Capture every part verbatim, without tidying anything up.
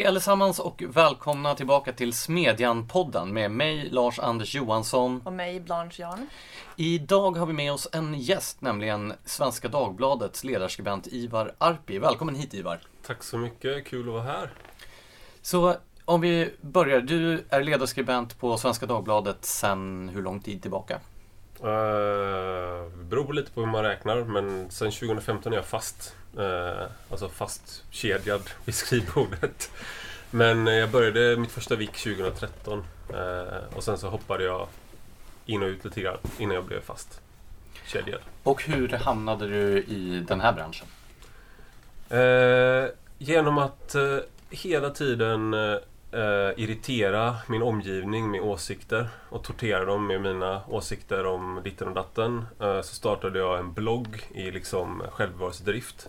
Hej allesammans och välkomna tillbaka till Smedjan-podden med mig Lars Anders Johansson och mig Blanche Jan. Idag har vi med oss en gäst, nämligen Svenska Dagbladets ledarskribent Ivar Arpi. Välkommen hit Ivar. Tack så mycket, kul att vara här. Så om vi börjar, du är ledarskribent på Svenska Dagbladet sedan hur lång tid tillbaka? Uh, beror lite på hur man räknar, men sen tjugo femton är jag fast. Uh, alltså fastkedjad vid skrivbordet. Men jag började mitt första vik tjugo tretton uh, och sen så hoppade jag in och ut lite grann innan jag blev fast kedjad. Och hur hamnade du i den här branschen? Uh, genom att uh, hela tiden uh, Uh, irritera min omgivning med åsikter och tortera dem med mina åsikter om ditten och datten, uh, så startade jag en blogg i liksom självbevarelsedrift.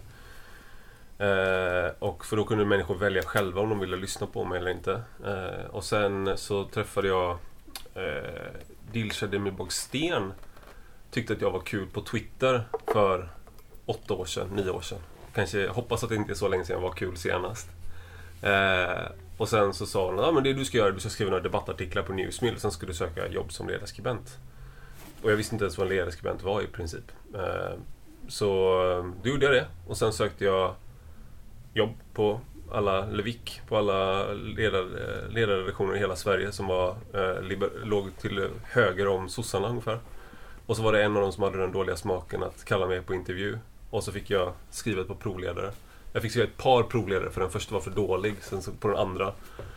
Uh, och för då kunde människor välja själva om de ville lyssna på mig eller inte. Uh, och sen så träffade jag uh, Dilshad Demirbog-Sten. Tyckte att jag var kul på Twitter för åtta år sedan, nio år sedan. Kanske, hoppas att det inte är så länge sedan jag var kul senast. Uh, Och sen så sa hon, ja men det du ska göra, du ska skriva några debattartiklar på Newsmill och sen ska du söka jobb som ledarskribent. Och jag visste inte ens vad en ledarskribent var i princip. Så då gjorde jag det. Och sen sökte jag jobb på alla Levik, på alla ledar, ledarredaktioner i hela Sverige som var, liber, låg till höger om sossarna ungefär. Och så var det en av dem som hade den dåliga smaken att kalla mig på intervju. Och så fick jag skriva ett par provledare. Jag fick skriva ett par provledare, för den första var för dålig. Sen så på den andra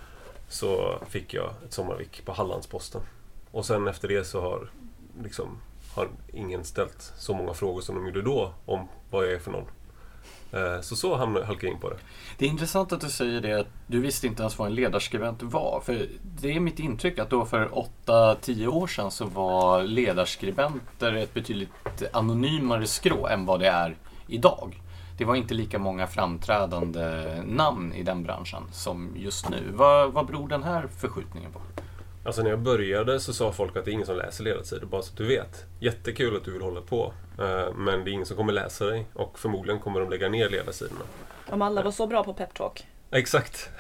så fick jag ett sommarvik på Hallandsposten. Och sen efter det så har, liksom, har ingen ställt så många frågor som de gjorde då om vad jag är för någon. Så så hamnade, halkade jag in på det. Det är intressant att du säger det, att du visste inte ens vad en ledarskribent var. För det är mitt intryck att då för åtta tio år sedan så var ledarskribenter ett betydligt anonymare skrå än vad det är idag. Det var inte lika många framträdande namn i den branschen som just nu. Vad, vad beror den här förskjutningen på? Alltså när jag började så sa folk att det är ingen som läser ledarsidor, bara så att du vet. Jättekul att du vill hålla på, men det är ingen som kommer läsa dig och förmodligen kommer de lägga ner ledarsidorna. Om alla var så bra på peptalk. Exakt.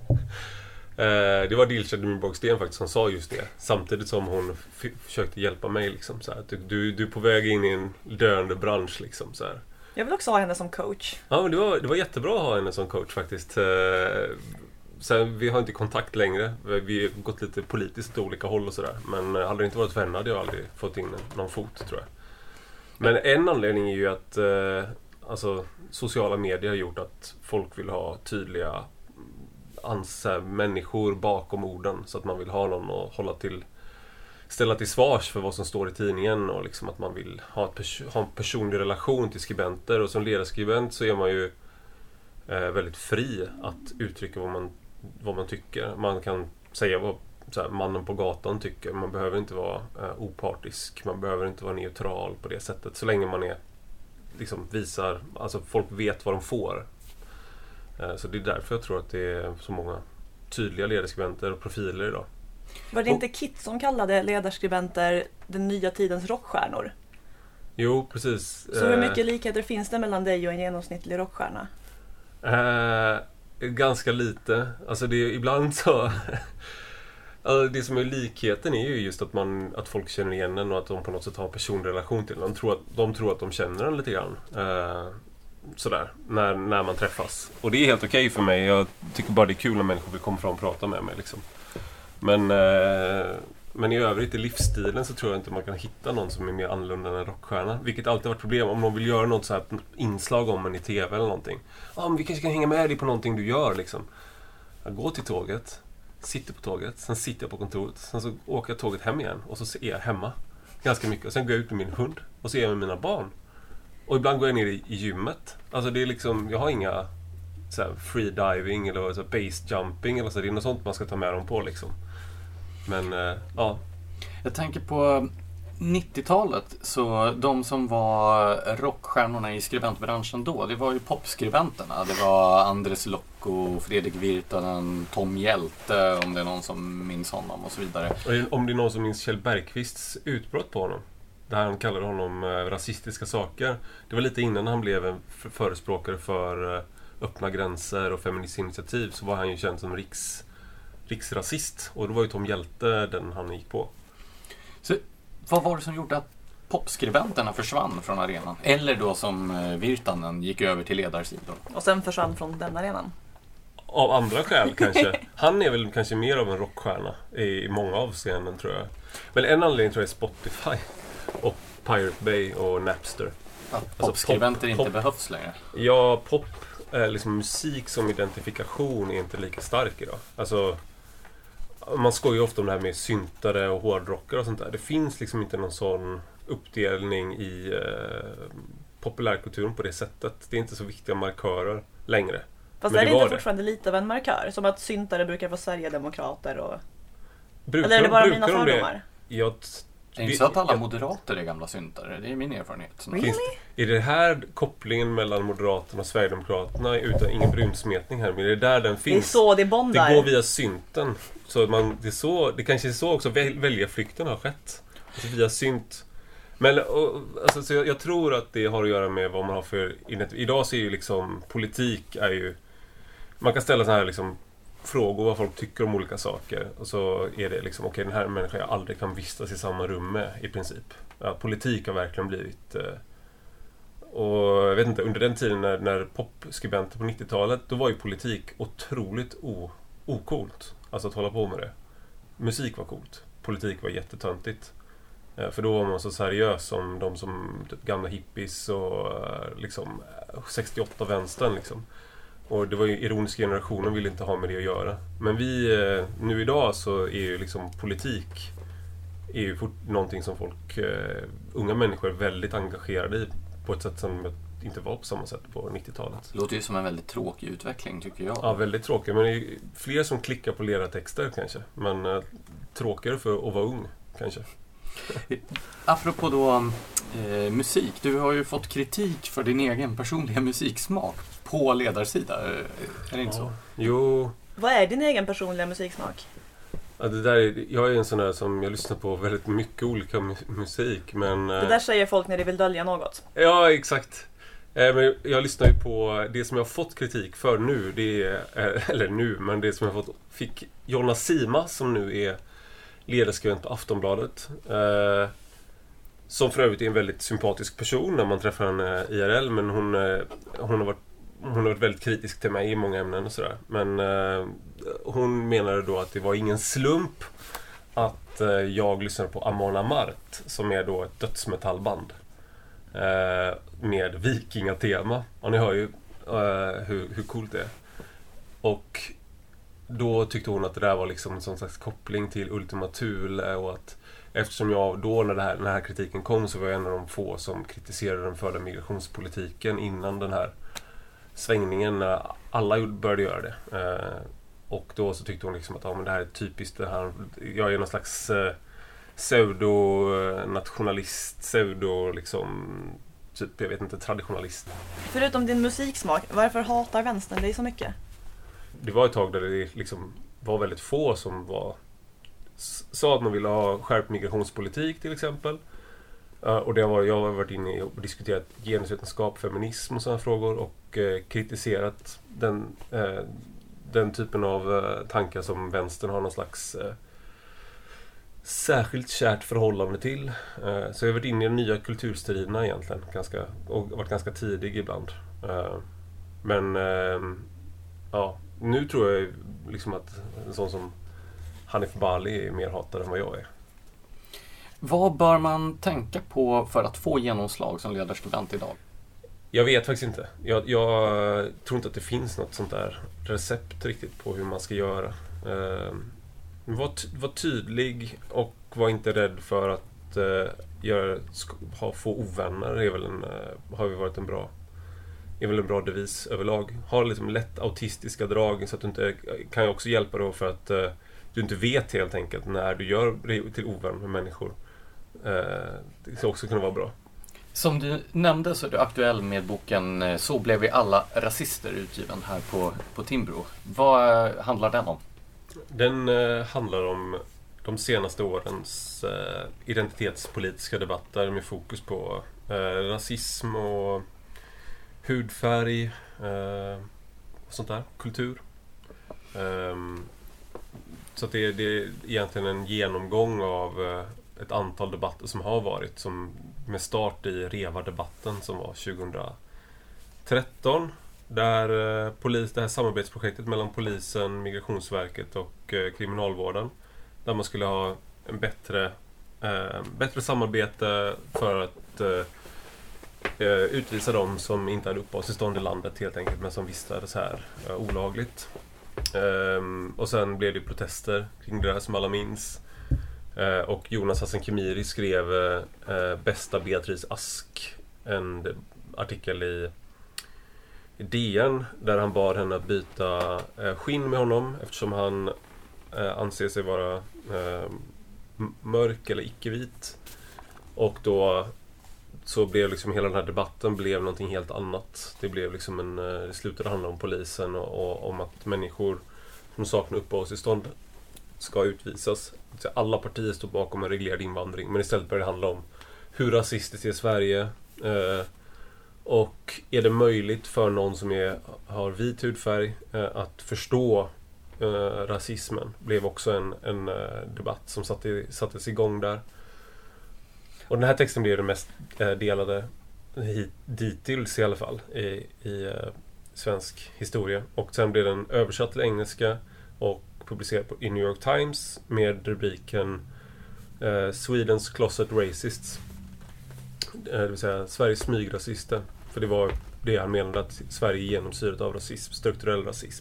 Det var Dilshad Demirbog-Sten faktiskt som sa just det. Samtidigt som hon f- försökte hjälpa mig. Liksom, så här. Du, du är på väg in i en döende bransch. Liksom, så här. Jag vill också ha henne som coach. Ja, men det var, det var jättebra att ha henne som coach faktiskt. Sen, vi har inte kontakt längre. Vi har gått lite politiskt åt olika håll och sådär. Men hade det inte varit vänner hade jag aldrig fått in någon fot, tror jag. Men en anledning är ju att alltså, sociala medier har gjort att folk vill ha tydliga anser, människor bakom orden. Så att man vill ha någon att hålla till, ställa till svars för vad som står i tidningen, och liksom att man vill ha, ett pers- ha en personlig relation till skribenter. Och som ledarskribent så är man ju eh, väldigt fri att uttrycka vad man, vad man tycker. Man kan säga vad så här, mannen på gatan tycker. Man behöver inte vara eh, opartisk. Man behöver inte vara neutral på det sättet. Så länge man är, liksom, visar, alltså folk vet vad de får. Eh, så det är därför jag tror att det är så många tydliga ledarskribenter och profiler idag. Var det inte Kit som kallade ledarskribenter den nya tidens rockstjärnor? Jo, precis. Så hur mycket likheter finns det mellan dig och en genomsnittlig rockstjärna? Eh, ganska lite. Alltså det är ibland så... alltså det som är likheten är ju just att, man, att folk känner igen en och att de på något sätt har en personrelation till den. De tror att de, tror att de känner den lite grann. Eh, sådär, när, när man träffas. Och det är helt okej för mig. Jag tycker bara det är kul när människor vill komma fram och prata med mig liksom. Men, eh, men i övrigt i livsstilen så tror jag inte man kan hitta någon som är mer annorlunda än en rockstjärna. Vilket alltid har varit problem om någon vill göra något så här inslag om en i tv eller någonting. Ja, ah, men vi kanske kan hänga med dig på någonting du gör liksom. Jag går till tåget, sitter på tåget, sen sitter jag på kontoret, sen så åker jag tåget hem igen och så är jag hemma ganska mycket. Och sen går jag ut med min hund och så är jag med mina barn. Och ibland går jag ner i, i gymmet. Alltså det är liksom, jag har inga så här freediving eller så här base jumping eller så. Det är något sånt man ska ta med dem på liksom. Men, äh, ja. Jag tänker på nittiotalet, så de som var rockstjärnorna i skribentbranschen då, det var ju popskribenterna. Det var Andres Lokko, Fredrik Virtanen, Tom Hjälte, om det är någon som minns honom och så vidare. Och om det är någon som minns Kjell Bergqvists utbrott på honom, där han kallade honom äh, rasistiska saker. Det var lite innan han blev en förespråkare för äh, öppna gränser och feministinitiativ, så var han ju känd som riks, riksrasist. Och då var ju Tom Hjälte den han gick på. Så vad var det som gjorde att popskribenterna försvann från arenan? Eller då som Virtanen gick över till ledarsidan? Och sen försvann från den arenan? Av andra skäl kanske. Han är väl kanske mer av en rockstjärna i många avseenden, tror jag. Men en anledning tror jag är Spotify och Pirate Bay och Napster. Att Alltså, popskribenter pop- inte pop- behövs längre. Ja, pop, eh, liksom musik som identifikation är inte lika stark idag. Alltså, man skojar ofta om det här med syntare och hårdrockare och sånt där. Det finns liksom inte någon sån uppdelning i eh, populärkulturen på det sättet. Det är inte så viktiga markörer längre. Fast Men är det det inte var det. fortfarande lite av en markör? Som att syntare brukar vara Sverigedemokrater och... Brukar, Eller är det bara brukar mina de det? fördomar? Jag, Det är inte så att alla moderater är gamla syntare. Det är min erfarenhet. Really? Finns, är det här kopplingen mellan Moderaterna och Sverigedemokraterna utan ingen brunsmetning här? Men är det där den Det är finns? så det bondar. Det går via synten. Så man, det, är så, det kanske är så också väl, väljarflykten har skett. Alltså via synt. Men och, alltså, så jag, jag tror att det har att göra med vad man har för... Idag så är ju liksom politik är ju... Man kan ställa så här liksom frågor vad folk tycker om olika saker. Och så är det liksom, okej, okay, den här människan jag aldrig kan vistas i samma rum med i princip. Ja, politik har verkligen blivit... Eh, och jag vet inte, under den tiden när, när popskribenter på nittiotalet, då var ju politik otroligt o, ocoolt. Alltså att hålla på med det. Musik var coolt. Politik var jättetöntigt. Eh, för då var man så seriös som de som typ, gamla hippies och eh, liksom sextioåtta-vänstern liksom. Och det var ju ironiska generationen ville inte ha med det att göra. Men vi, nu idag så är ju liksom politik är ju fort någonting som folk, uh, unga människor är väldigt engagerade i på ett sätt som inte var på samma sätt på nittiotalet. Det låter ju som en väldigt tråkig utveckling, tycker jag. Ja, väldigt tråkig. Men det är fler som klickar på ledartexter kanske. Men uh, tråkigare för att vara ung kanske. Apropå då eh, musik. Du har ju fått kritik för din egen personliga musiksmak på ledarsida. Är det inte så? Jo. Vad är din egen personliga musiksmak? Ja, det där är, jag är en sån där som jag lyssnar på väldigt mycket olika mu- musik. Men, Det där säger folk när de vill dölja något. Ja, exakt. Eh, men jag lyssnar ju på det som jag har fått kritik för nu. Det är, eh, eller nu, men det som jag fått, fick Jonna Sima, som nu är ledarskribent på Aftonbladet. Eh, som för övrigt är en väldigt sympatisk person när man träffar henne I R L. Men hon, eh, hon, har varit, hon har varit väldigt kritisk till mig i många ämnen och sådär. Men eh, hon menade då att det var ingen slump att eh, jag lyssnade på Amon Amarth, som är då ett dödsmetallband eh, med vikingatema. Och ni hör ju eh, hur, hur coolt det är. Och då tyckte hon att det där var liksom en sån slags koppling till Ultima Thule, och att eftersom jag då när, det här, när den här kritiken kom, så var jag en av de få som kritiserade den förda migrationspolitiken innan den här svängningen när alla började göra det. Eh, och då så tyckte hon liksom att ja, men det här är typiskt det här. Jag är någon slags eh, pseudo-nationalist, pseudo liksom typ, jag vet inte, traditionalist. Förutom din musiksmak, varför hatar vänstern dig så mycket? Det var ett tag där det liksom var väldigt få som var sa att man ville ha skärpt migrationspolitik till exempel. Uh, och det var, jag har varit inne och diskuterat genusvetenskap, feminism och sådana frågor, och uh, kritiserat den, uh, den typen av uh, tankar som vänstern har någon slags uh, särskilt kärt förhållande till. Uh, så jag har varit inne i de nya kulturstriderna egentligen ganska, och varit ganska tidig ibland. Uh, men uh, ja, nu tror jag liksom att en sån som Hanif Bali är mer hatad än vad jag är. Vad bör man tänka på för att få genomslag som ledarskribent idag? Jag vet faktiskt inte. Jag, jag tror inte att det finns något sånt där recept riktigt på hur man ska göra. Uh, var, t- var tydlig och var inte rädd för att uh, göra, sk- ha få ovänner. Är väl en, uh, har ju varit en bra är väl en bra devis överlag. Ha liksom lätt autistiska drag så att du inte kan ju också hjälpa då för att uh, du inte vet helt enkelt när du gör dig till ovän med människor. Uh, det ska också kunna vara bra. Som du nämnde så är du aktuell med boken Så blev vi alla rasister, utgiven här på, på Timbro. Vad handlar den om? Den uh, handlar om de senaste årens uh, identitetspolitiska debatter med fokus på uh, rasism och hudfärg, uh, och sånt där. Kultur. Um, så att det, det är egentligen en genomgång av uh, ett antal debatter som har varit, som med start i Reva-debatten som var tjugohundratretton, där uh, polis, det här samarbetsprojektet mellan polisen, Migrationsverket och uh, kriminalvården, där man skulle ha en bättre, uh, bättre samarbete för att uh, uh, utvisa dem som inte hade uppehållstillstånd i landet helt enkelt, men som vistades här uh, olagligt. Um, och sen blev det protester kring det här som alla minns. Uh, och Jonas Hassan Khemiri skrev uh, Bästa Beatrice Ask, en artikel i, i D N där han bad henne att byta uh, skinn med honom eftersom han uh, anser sig vara uh, mörk eller icke-vit. Och då så blev liksom hela den här debatten blev någonting helt annat. Det blev liksom en, det slutade handla om polisen och, och om att människor som saknar uppehållstillstånd ska utvisas. Alla partier står bakom en reglerad invandring, men istället börjar det handla om hur rasistiskt är Sverige eh, och är det möjligt för någon som är, har vit hudfärg eh, att förstå eh, rasismen. Blev också en, en eh, debatt som satte, sattes igång där. Och den här texten blev den mest eh, delade hit, dittills i alla fall i, i eh, svensk historia. Och sen blev den översatt till engelska och publicerad på, i New York Times med rubriken eh, Sweden's Closet Racists. Eh, det vill säga Sveriges smygrasister. För det var det han menade, att Sverige är genomsyrat av rasism, strukturell rasism.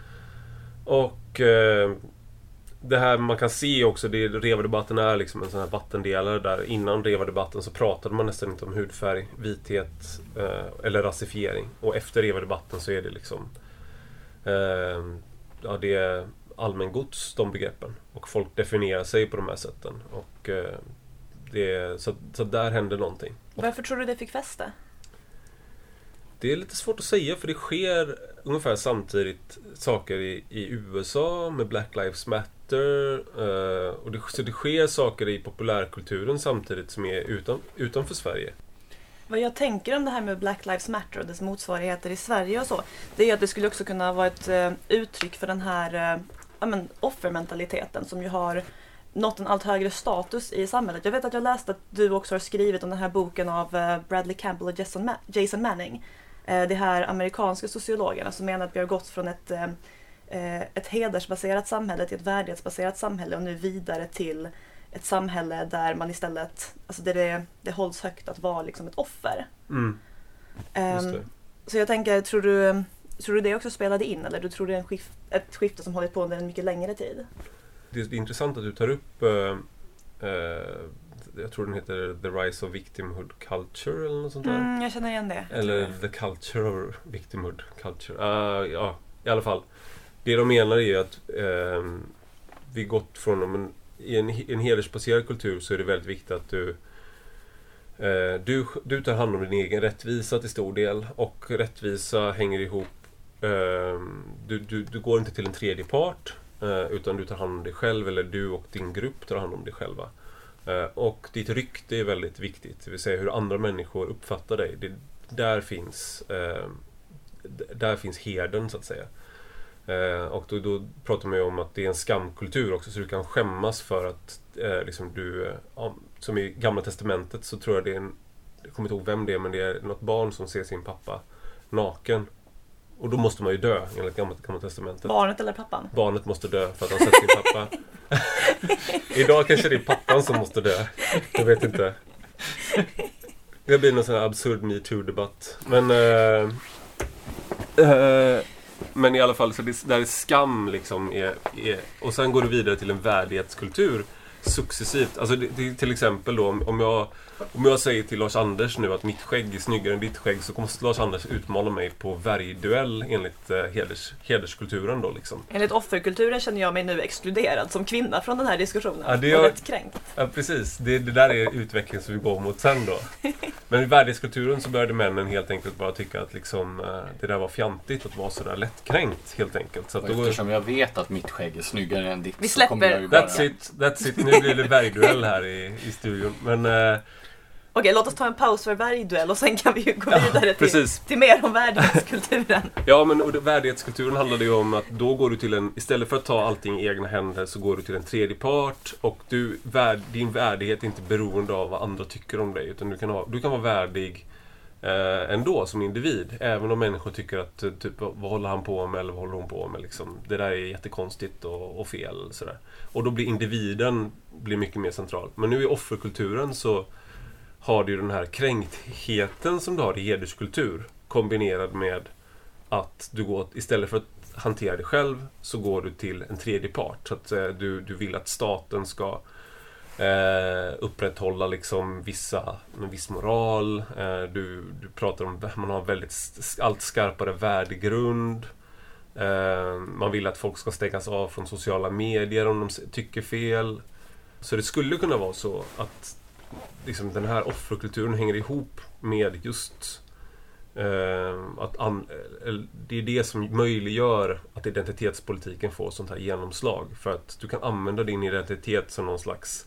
Och eh, det här man kan se också, det Reva-debatten är liksom en sån här vattendelare där innan Reva-debatten så pratade man nästan inte om hudfärg, vithet eh, eller rasifiering. Och efter Reva-debatten så är det liksom eh, ja, det är allmängods, de begreppen. Och folk definierar sig på de här sätten. Och eh, det, så, så där hände någonting. Varför tror du det fick fäste? Det är lite svårt att säga, för det sker ungefär samtidigt saker i, i U S A med Black Lives Matter uh, och det, så det sker saker i populärkulturen samtidigt som är utan, utanför Sverige. Vad jag tänker om det här med Black Lives Matter och dess motsvarigheter i Sverige och så, det är att det skulle också kunna vara ett uh, uttryck för den här uh, ja, men, offermentaliteten som ju har nått en allt högre status i samhället. Jag vet att jag läste att du också har skrivit om den här boken av uh, Bradley Campbell och Jason, Ma- Jason Manning. Det här amerikanska sociologerna som menar att vi har gått från ett, ett hedersbaserat samhälle till ett värdighetsbaserat samhälle och nu vidare till ett samhälle där man istället, alltså där det, det hålls högt att vara liksom ett offer. Mm. Um, så jag tänker, tror du, tror du det också spelade in, eller du tror det är en skift, ett skifte som hållit på under en mycket längre tid? Det är intressant att du tar upp uh, uh, jag tror den heter The Rise of Victimhood Culture eller något sånt där. Mm, jag känner igen det. Eller The Culture of Victimhood Culture. Uh, ja, i alla fall. Det de menar är att uh, vi gått från en, i en, en hedersbaserad kultur så är det väldigt viktigt att du, uh, du du tar hand om din egen rättvisa till stor del, och rättvisa hänger ihop. Uh, du, du, du går inte till en tredje part uh, utan du tar hand om dig själv, eller du och din grupp tar hand om dig själva. Uh, och ditt rykte är väldigt viktigt, det vill säga hur andra människor uppfattar dig. Det, där finns uh, d- där finns herden så att säga. Uh, och då, då pratar man ju om att det är en skamkultur också, så du kan skämmas för att uh, liksom du, uh, som i Gamla testamentet så tror jag det är en, jag kommer inte ihåg vem det är, men det är något barn som ser sin pappa naken. Och då måste man ju dö enligt Gamla, gamla testamentet. Barnet eller pappan? Barnet måste dö för att han sett sin pappa. Idag kanske det är pappan som måste dö. Jag vet inte. Det blir någon sån här absurd MeToo-debatt. Men, uh, uh, men i alla fall, så det, där är skam liksom. Är, är, och sen går du vidare till en värdighetskultur successivt. Alltså det, det, till exempel då, om jag, om jag säger till Lars Anders nu att mitt skägg är snyggare än ditt skägg, så kommer Lars Anders utmana mig på värjduell enligt eh, heders, hederskulturen då liksom. Enligt offerkulturen känner jag mig nu exkluderad som kvinna från den här diskussionen. Ja, det är, och rätt kränkt. Ja, precis. Det, det där är utvecklingen som vi går mot sen då. Men i värdighetskulturen så började männen helt enkelt bara tycka att liksom, eh, det där var fjantigt att vara sådär lättkränkt helt enkelt. Så att då, eftersom jag vet att mitt skägg är snyggare än ditt, vi så kommer jag ju bara... That's it, that's it. Nu blir det värjduell här i, i studion. Men, eh, Okej, låt oss ta en paus för värjduell och sen kan vi ju gå vidare ja, till, till mer om värdighetskulturen. Ja, men och det, värdighetskulturen handlade ju om att då går du till en, istället för att ta allting i egna händer så går du till en tredje part och du, värd, din värdighet är inte beroende av vad andra tycker om dig, utan du kan, ha, du kan vara värdig eh, ändå som individ, även om människor tycker att typ, vad håller han på med eller vad håller hon på med liksom. Det där är jättekonstigt och, och fel sådär. Och då blir individen blir mycket mer central. Men nu i offerkulturen så har du den här kränktheten som du har i hederskultur kombinerad med att du går, istället för att hantera dig själv så går du till en tredje part. Så att eh, du, du vill att staten ska eh, upprätthålla liksom vissa, en viss moral. Eh, du, du pratar om att man har väldigt allt skarpare värdegrund. Eh, man vill att folk ska stängas av från sociala medier om de tycker fel. Så det skulle kunna vara så att liksom den här offerkulturen hänger ihop med just eh, att an, eh, det är det som möjliggör att identitetspolitiken får sånt här genomslag, för att du kan använda din identitet som någon slags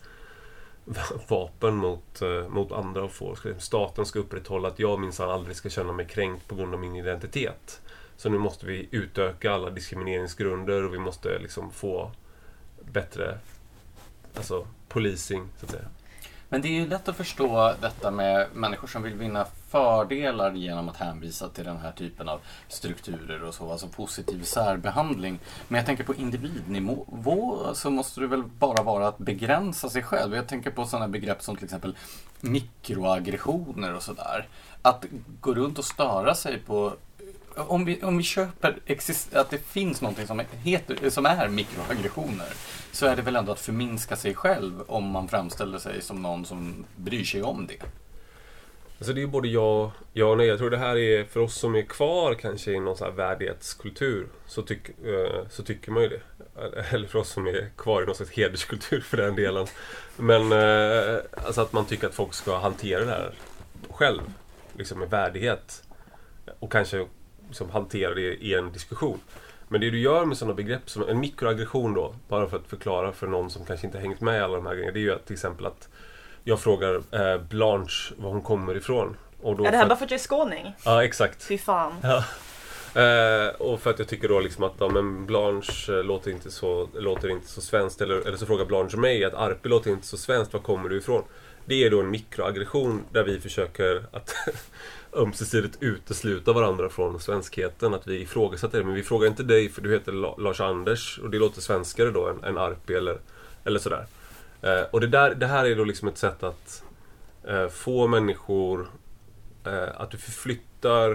vapen mot, eh, mot andra och få staten ska upprätthålla att jag minsann aldrig ska känna mig kränkt på grund av min identitet. Så nu måste vi utöka alla diskrimineringsgrunder och vi måste liksom få bättre alltså policing så att säga. Men det är ju lätt att förstå detta med människor som vill vinna fördelar genom att hänvisa till den här typen av strukturer och så, alltså positiv särbehandling. Men jag tänker på individnivå så måste det väl bara vara att begränsa sig själv. Jag tänker på sådana begrepp som till exempel mikroaggressioner och sådär. Att gå runt och störa sig på Om vi, om vi köper exist- att det finns någonting som, heter, som är mikroaggressioner, så är det väl ändå att förminska sig själv om man framställer sig som någon som bryr sig om det. Alltså det är både ja, ja och nej. Jag tror det här är för oss som är kvar kanske i någon sån här värdighetskultur så, tyck, så tycker man ju det. Eller för oss som är kvar i någon slags hederskultur för den delen. Men alltså att man tycker att folk ska hantera det här själv liksom med värdighet och kanske som hanterar det i en diskussion. Men det du gör med sådana begrepp som en mikroaggression då, bara för att förklara för någon som kanske inte har hängt med i alla de här grejerna, det är ju att till exempel att jag frågar eh, Blanche var hon kommer ifrån. Och då är det här för bara för att jag är skåning? Ja, exakt. Fy fan. Ja. Eh, och för att jag tycker då liksom att ja, men Blanche eh, låter inte så låter inte så svenskt, eller, eller så frågar Blanche mig att Arpi låter inte så svenskt, var kommer du ifrån? Det är då en mikroaggression där vi försöker att ömsesidigt utesluta varandra från svenskheten, att vi ifrågasätter det. Men vi frågar inte dig för du heter Lars Anders och det låter svenskare då än, än Arpi eller, eller sådär. Eh, och det, där, det här är då liksom ett sätt att eh, få människor eh, att du förflyttar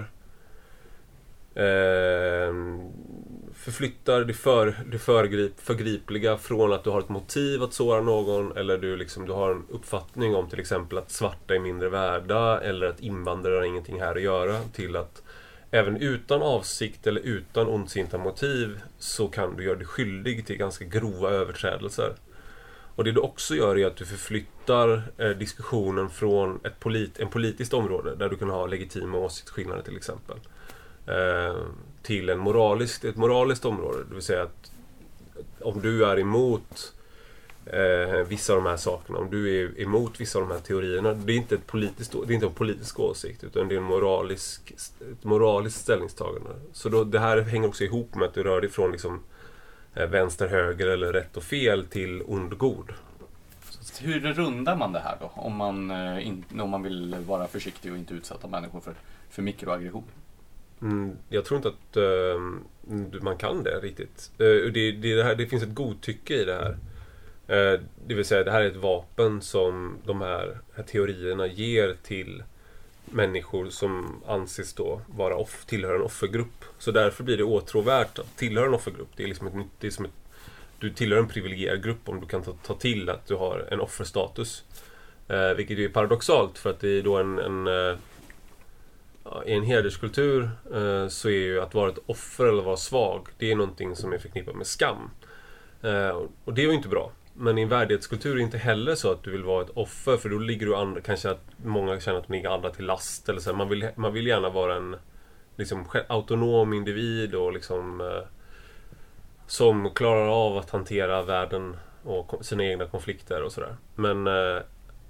eh, förflyttar det, för, det förgrip, förgripliga från att du har ett motiv att såra någon, eller du, liksom, du har en uppfattning om till exempel att svarta är mindre värda eller att invandrare har ingenting här att göra, till att även utan avsikt eller utan ondsinta motiv så kan du göra dig skyldig till ganska grova överträdelser. Och det du också gör är att du förflyttar eh, diskussionen från ett polit, en politiskt område där du kan ha legitima åsiktsskillnader till exempel eh, till en moralisk, ett moraliskt område. Det vill säga att om du är emot eh, vissa av de här sakerna, om du är emot vissa av de här teorierna, det är inte, ett politiskt, det är inte en politisk åsikt utan det är en moralisk, ett moraliskt ställningstagande. Så då, det här hänger också ihop med att du rör dig från liksom, eh, vänster, höger eller rätt och fel till ond och god. Så hur rundar man det här då? Om man, eh, in, om man vill vara försiktig och inte utsätta människor för, för mikroaggression? Mm, jag tror inte att uh, man kan det riktigt. Uh, det, det, det, här, det finns ett godtycke i det här. Uh, det vill säga, det här är ett vapen som de här, här teorierna ger till människor som anses då vara off, tillhör en offergrupp. Så därför blir det åtråvärt att tillhöra en offergrupp. Det är liksom ett, det är som ett, du tillhör en privilegierad grupp om du kan ta, ta till att du har en offerstatus. Uh, vilket är paradoxalt, för att det är då en... en uh, i en hederskultur eh, så är ju att vara ett offer eller vara svag, det är någonting som är förknippat med skam. Eh, och det är ju inte bra. Men i en värdighetskultur är det inte heller så att du vill vara ett offer, för då ligger du andra, kanske att många känner att de ligger andra till last eller så. Man vill, man vill gärna vara en liksom, autonom individ och liksom, eh, som klarar av att hantera världen och sina egna konflikter och sådär. Men eh,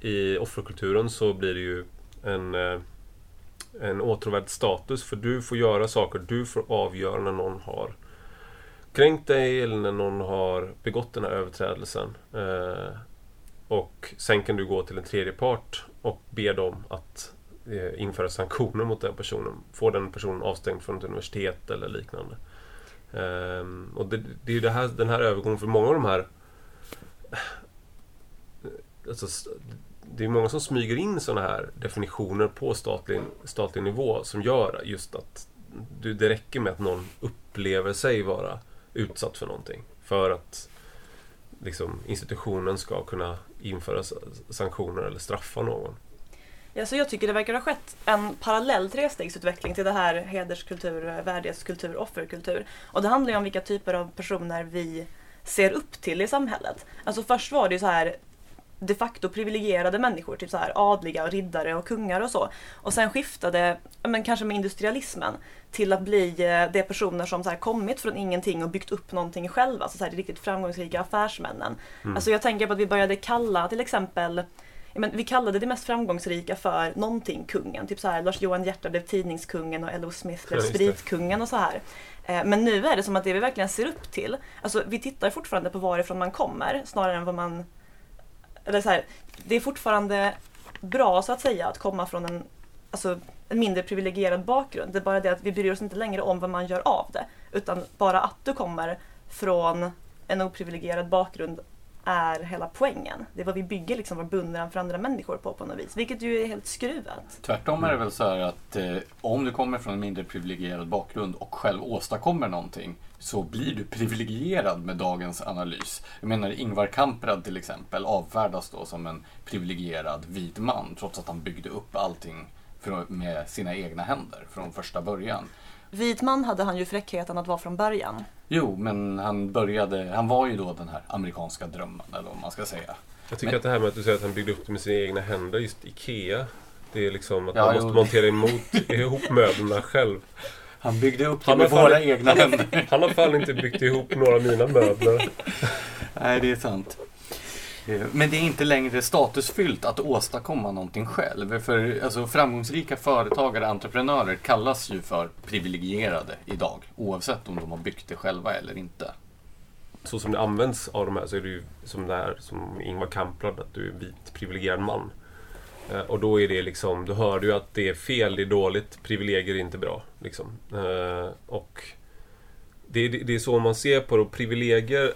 i offerkulturen så blir det ju en, en åtråvärd status, för du får göra saker, du får avgöra när någon har kränkt dig eller när någon har begått den här överträdelsen. Eh, och sen kan du gå till en tredje part och be dem att eh, införa sanktioner mot den personen. Få den personen avstängd från ett universitet eller liknande. Eh, och det, det är ju det här, den här övergången för många av de här... Alltså, det är många som smyger in sådana här definitioner på statlig, statlig nivå som gör just att du, det räcker med att någon upplever sig vara utsatt för någonting för att liksom, institutionen ska kunna införa sanktioner eller straffa någon. Ja, så jag tycker det verkar ha skett en parallell trestegsutveckling till det här hederskultur, värdighetskultur, offerkultur. Och det handlar ju om vilka typer av personer vi ser upp till i samhället. Alltså först var det ju så här de facto privilegierade människor, typ så här adliga och riddare och kungar och så. Och sen skiftade, men kanske med industrialismen, till att bli de personer som så här kommit från ingenting och byggt upp någonting själva, alltså så här de riktigt framgångsrika affärsmännen. Mm. Alltså jag tänker på att vi började kalla till exempel, men vi kallade det mest framgångsrika för någonting kungen, typ så här Lars Johan Hierta blev tidningskungen och L O Smith blev spritkungen och så här. Men nu är det som att det vi verkligen ser upp till, alltså vi tittar fortfarande på varifrån man kommer snarare än vad man, eller så här, det är fortfarande bra så att säga att komma från en, alltså, en mindre privilegierad bakgrund. Det är bara det att vi bryr oss inte längre om vad man gör av det, utan bara att du kommer från en oprivilegierad bakgrund är hela poängen. Det är vad vi bygger liksom vår beundran för andra människor på på något vis, vilket ju är helt skruvat. Tvärtom är det väl så här att eh, om du kommer från en mindre privilegierad bakgrund och själv åstadkommer någonting, så blir du privilegierad med dagens analys. Jag menar, Ingvar Kamprad till exempel avfärdas då som en privilegierad vit man, trots att han byggde upp allting för, med sina egna händer från första början. Vit man hade han ju fräckheten att vara från början. Jo, men han började, han var ju då den här amerikanska drömmen, eller vad man ska säga. Jag tycker men, att det här med att du säger att han byggde upp det med sina egna händer, just Ikea, det är liksom att ja, man jo, måste montera emot ihop möblerna själv. Han byggde upp det med våra egna händer. Han har fall inte byggt ihop några av mina möbler. Nej, det är sant. Men det är inte längre statusfyllt att åstadkomma någonting själv. För alltså, framgångsrika företagare, entreprenörer kallas ju för privilegierade idag. Oavsett om de har byggt det själva eller inte. Så som det används av de här så är det ju som det här som Ingvar Kamprad, att du är vit privilegierad man. Och då är det liksom, då hör du att det är fel, det är dåligt, privilegier är inte bra. Liksom. Och det, det, det är så man ser på det. Privilegier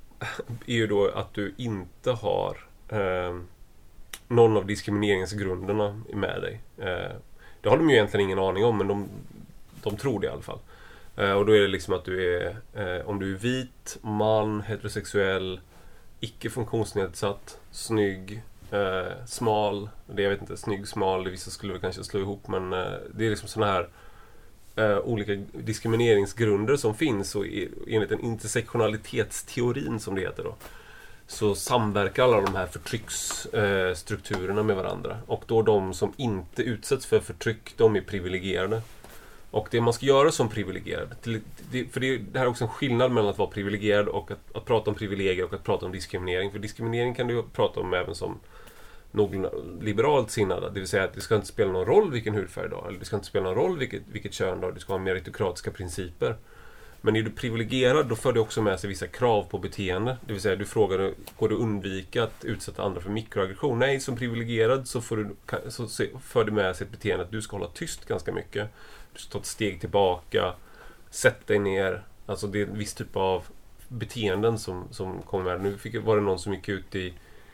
är ju då att du inte har eh, någon av diskrimineringsgrunderna med dig. Eh, det har de ju egentligen ingen aning om, men de, de tror det i alla fall. Eh, och då är det liksom att du är, eh, om du är vit, man, heterosexuell, icke funktionsnedsatt, snygg, eh, smal, det jag vet inte, snygg, smal, det vissa skulle kanske slå ihop, men eh, det är liksom såna här Uh, olika diskrimineringsgrunder som finns, och enligt den intersektionalitetsteorin som det heter då, så samverkar alla de här förtrycksstrukturerna uh, med varandra, och då de som inte utsätts för förtryck, de är privilegierade, och det man ska göra som privilegierad till, det, för det, det här är också en skillnad mellan att vara privilegierad och att, att prata om privilegier och att prata om diskriminering, för diskriminering kan du prata om även som någon liberalt sinnade, det vill säga att det ska inte spela någon roll vilken hudfärg då, eller det ska inte spela någon roll vilket, vilket kön då, det ska ha meritokratiska principer. Men är du privilegierad, då för det också med sig vissa krav på beteende, det vill säga du frågar, går du undvika att utsätta andra för mikroaggression? Nej, som privilegierad så får du, så för det med sig ett beteende att du ska hålla tyst ganska mycket, du ska ta ett steg tillbaka, sätt dig ner, alltså det är en viss typ av beteenden som, som kommer med. Nu fick, var det någon som gick ut i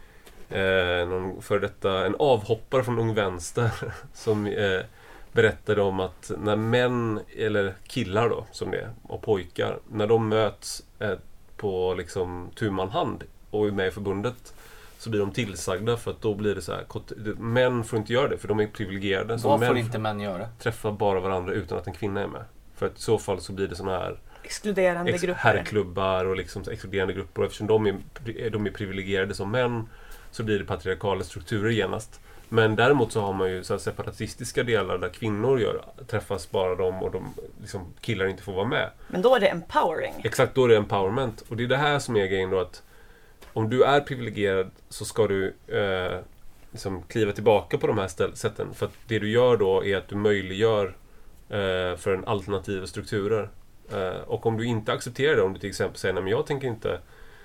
Eh, någon för detta, en avhoppare från Ung Vänster som eh, berättade om att när män, eller killar då som det är, och pojkar, när de möts eh, på liksom tu man hand och är med i förbundet, så blir de tillsagda, för att då blir det så här, män får inte göra det för de är privilegierade. Vad får inte män göra? Träffa bara varandra utan att en kvinna är med. För att i så fall så blir det såna här exkluderande ex- grupper, herrklubbar och liksom exkluderande grupper, och eftersom de är, de är privilegierade som män, så blir det patriarkala strukturer genast. Men däremot så har man ju så här separatistiska delar där kvinnor gör, träffas bara de, och de liksom, killar inte får vara med. Men då är det empowering. Exakt, då är det empowerment. Och det är det här som är grejen då, att om du är privilegierad så ska du eh, liksom kliva tillbaka på de här ställ- sätten. För att det du gör då är att du möjliggör eh, för en alternativa strukturer. Eh, och om du inte accepterar det, om du till exempel säger nej men jag tänker inte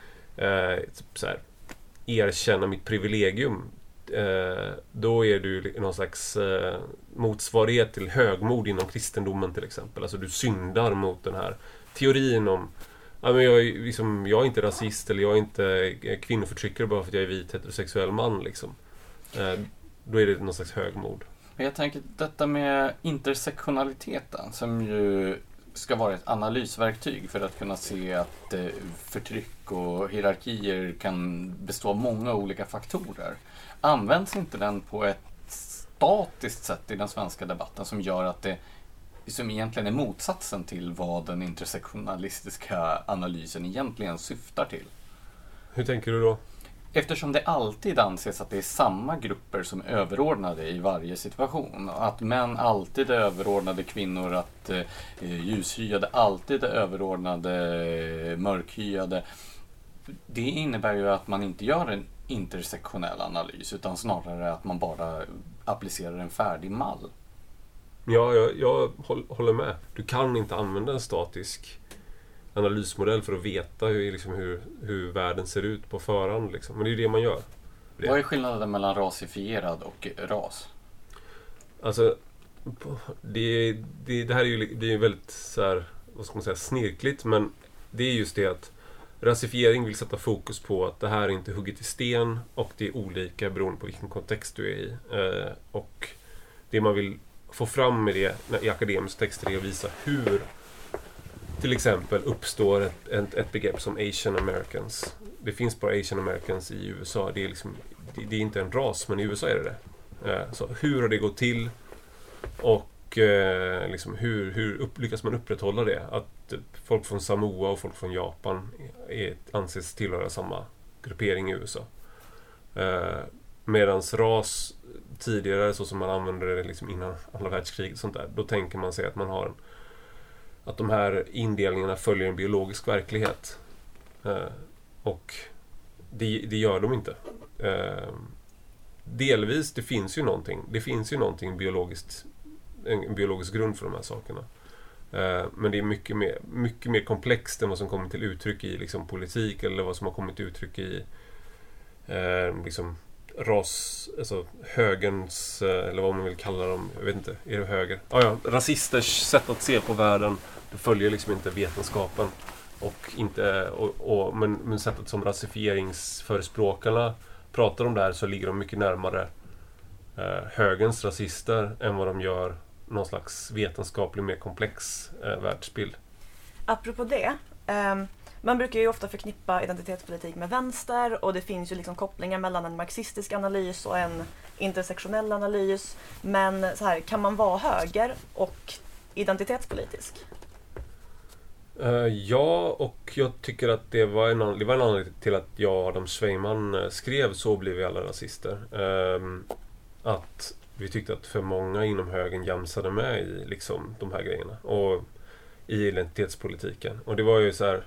eh, så här, erkänna mitt privilegium, eh, då är du någon slags eh, motsvarighet till högmod inom kristendomen till exempel. Alltså du syndar mot den här teorin om ja, men jag, är, liksom, jag är inte rasist eller jag är inte kvinnoförtryckare bara för att jag är vit heterosexuell man liksom. Eh, då är det någon slags högmod. Jag tänker detta med intersektionaliteten som ju ska vara ett analysverktyg för att kunna se att eh, förtryck och hierarkier kan bestå av många olika faktorer. Används inte den på ett statiskt sätt i den svenska debatten som gör att det som egentligen är motsatsen till vad den intersektionalistiska analysen egentligen syftar till? Hur tänker du då? Eftersom det alltid anses att det är samma grupper som är överordnade i varje situation. Att män alltid är överordnade kvinnor, att eh, ljushyade alltid är överordnade eh, mörkhyade. Det innebär ju att man inte gör en intersektionell analys utan snarare att man bara applicerar en färdig mall. Ja, jag, jag håller med. Du kan inte använda en statisk analysmodell för att veta hur, liksom, hur, hur världen ser ut på förhand. Liksom. Men det är ju det man gör. Det. Vad är skillnaden mellan rasifierad och ras? Alltså, det, det, det här är ju det är väldigt så här, vad ska man säga, snirkligt, men det är just det att rasifiering vill sätta fokus på att det här är inte hugget i sten och det är olika beroende på vilken kontext du är i. Eh, och det man vill få fram med det i akademiska texter är att visa hur till exempel uppstår ett, ett, ett begrepp som Asian Americans. Det finns bara Asian Americans i U S A. Det är, liksom, det, det är inte en ras, men i U S A är det det. Eh, så hur har det gått till och eh, liksom hur, hur upp, lyckas man upprätthålla det? Att folk från Samoa och folk från Japan är, anses tillhöra samma gruppering i U S A. Eh, medans ras tidigare, så som man använde det liksom innan andra världskriget och sånt där, då tänker man sig att man har en, att de här indelningarna följer en biologisk verklighet. Eh, och det, det gör de inte. Eh, delvis, det finns ju någonting. Det finns ju någonting biologiskt, en, en biologisk grund för de här sakerna. Eh, men det är mycket mer, mycket mer komplext än vad som kommer till uttryck i liksom, politik eller vad som har kommit till uttryck i eh, liksom ras, alltså högerns, eller vad man vill kalla dem, jag vet inte, är det höger? Ah, ja, rasisters sätt att se på världen, det följer liksom inte vetenskapen och inte, och, och, men, men sättet som rasifieringsförespråkarna pratar om där så ligger de mycket närmare eh, högerns rasister än vad de gör någon slags vetenskaplig, mer komplex eh, världsbild. Apropå det, um... man brukar ju ofta förknippa identitetspolitik med vänster och det finns ju liksom kopplingar mellan en marxistisk analys och en intersektionell analys. Men så här, kan man vara höger och identitetspolitisk? Uh, ja, och jag tycker att det var en, an- det var en anledning till att jag och Adam Sveiman skrev Så blir vi alla rasister. Uh, att vi tyckte att för många inom högern jamsade med i liksom, de här grejerna. Och i identitetspolitiken. Och det var ju så här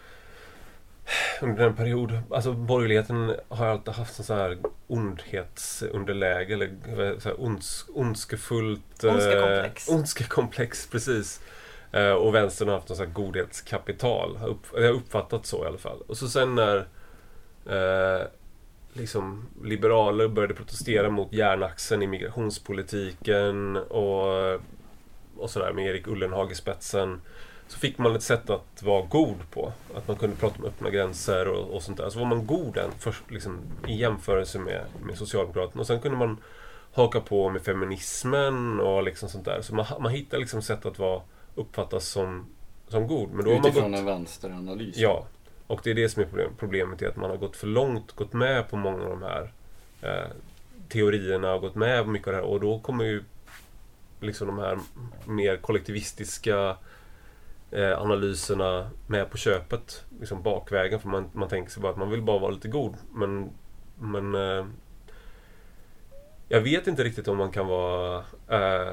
under en period, alltså borgerligheten har alltid haft en så här ondhetsunderläge eller så här ons, ondskefullt Ondskekomplex. Eh, ondskekomplex, precis. Eh, och vänstern har haft en så här godhetskapital. Jag upp, har uppfattat så i alla fall. Och så sen när eh, liksom liberaler började protestera mot järnaxeln i migrationspolitiken och, och sådär med Erik Ullenhag i spetsen, så fick man ett sätt att vara god på. Att man kunde prata om öppna gränser och, och sånt där. Så var man god än för, liksom, i jämförelse med, med Socialdemokraterna. Och sen kunde man haka på med feminismen och liksom sånt där. Så man, man hittar liksom sätt att vara, uppfattas som, som god. Men då utifrån har man gått, en vänsteranalys. Ja, och det är det som är problem, problemet. Är att man har gått för långt, gått med på många av de här eh, teorierna och gått med på mycket av det här. Och då kommer ju liksom de här mer kollektivistiska Eh, analyserna med på köpet liksom bakvägen, för man, man tänker sig bara att man vill bara vara lite god, men, men eh, jag vet inte riktigt om man kan vara eh,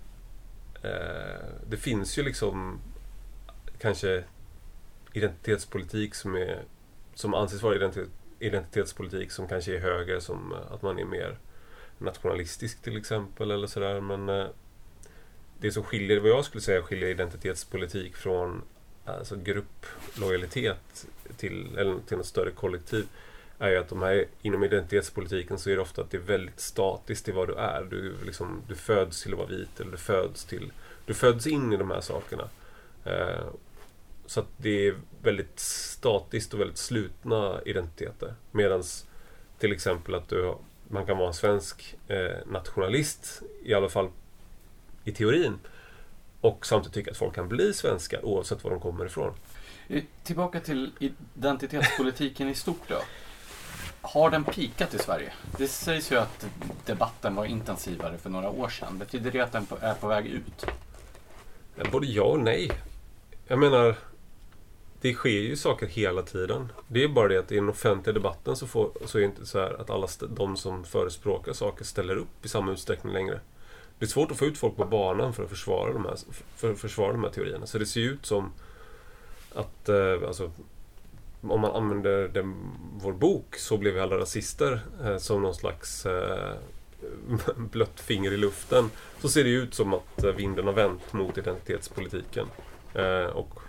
eh, det finns ju liksom kanske identitetspolitik som är som anses vara identitet, identitetspolitik som kanske är höger, som att man är mer nationalistisk till exempel eller sådär, men eh, det som skiljer, vad jag skulle säga skiljer identitetspolitik från alltså grupplojalitet till, eller till något större kollektiv, är ju att de här, inom identitetspolitiken så är det ofta att det är väldigt statiskt i vad du är. Du, liksom, du föds till att vara vit, eller du föds till du föds in i de här sakerna. Eh, så att det är väldigt statiskt och väldigt slutna identiteter. Medan till exempel att du, man kan vara en svensk eh, nationalist, i alla fall i teorin, och samtidigt tycka att folk kan bli svenskar oavsett var de kommer ifrån. Tillbaka till identitetspolitiken i stort då. Har den pikat i Sverige? Det sägs ju att debatten var intensivare för några år sedan. Betyder det att den är på väg ut? Både ja och nej. Jag menar, det sker ju saker hela tiden. Det är bara det att i den offentliga debatten så, får, så är det inte så här att alla st- de som förespråkar saker ställer upp i samma utsträckning längre. Det är svårt att få ut folk på banan för att försvara de här, för att försvara de här teorierna. Så det ser ut som att eh, alltså, om man använder den, vår bok Så blev vi alla rasister eh, som någon slags eh, blött finger i luften, så ser det ut som att vinden har vänt mot identitetspolitiken. Eh, och,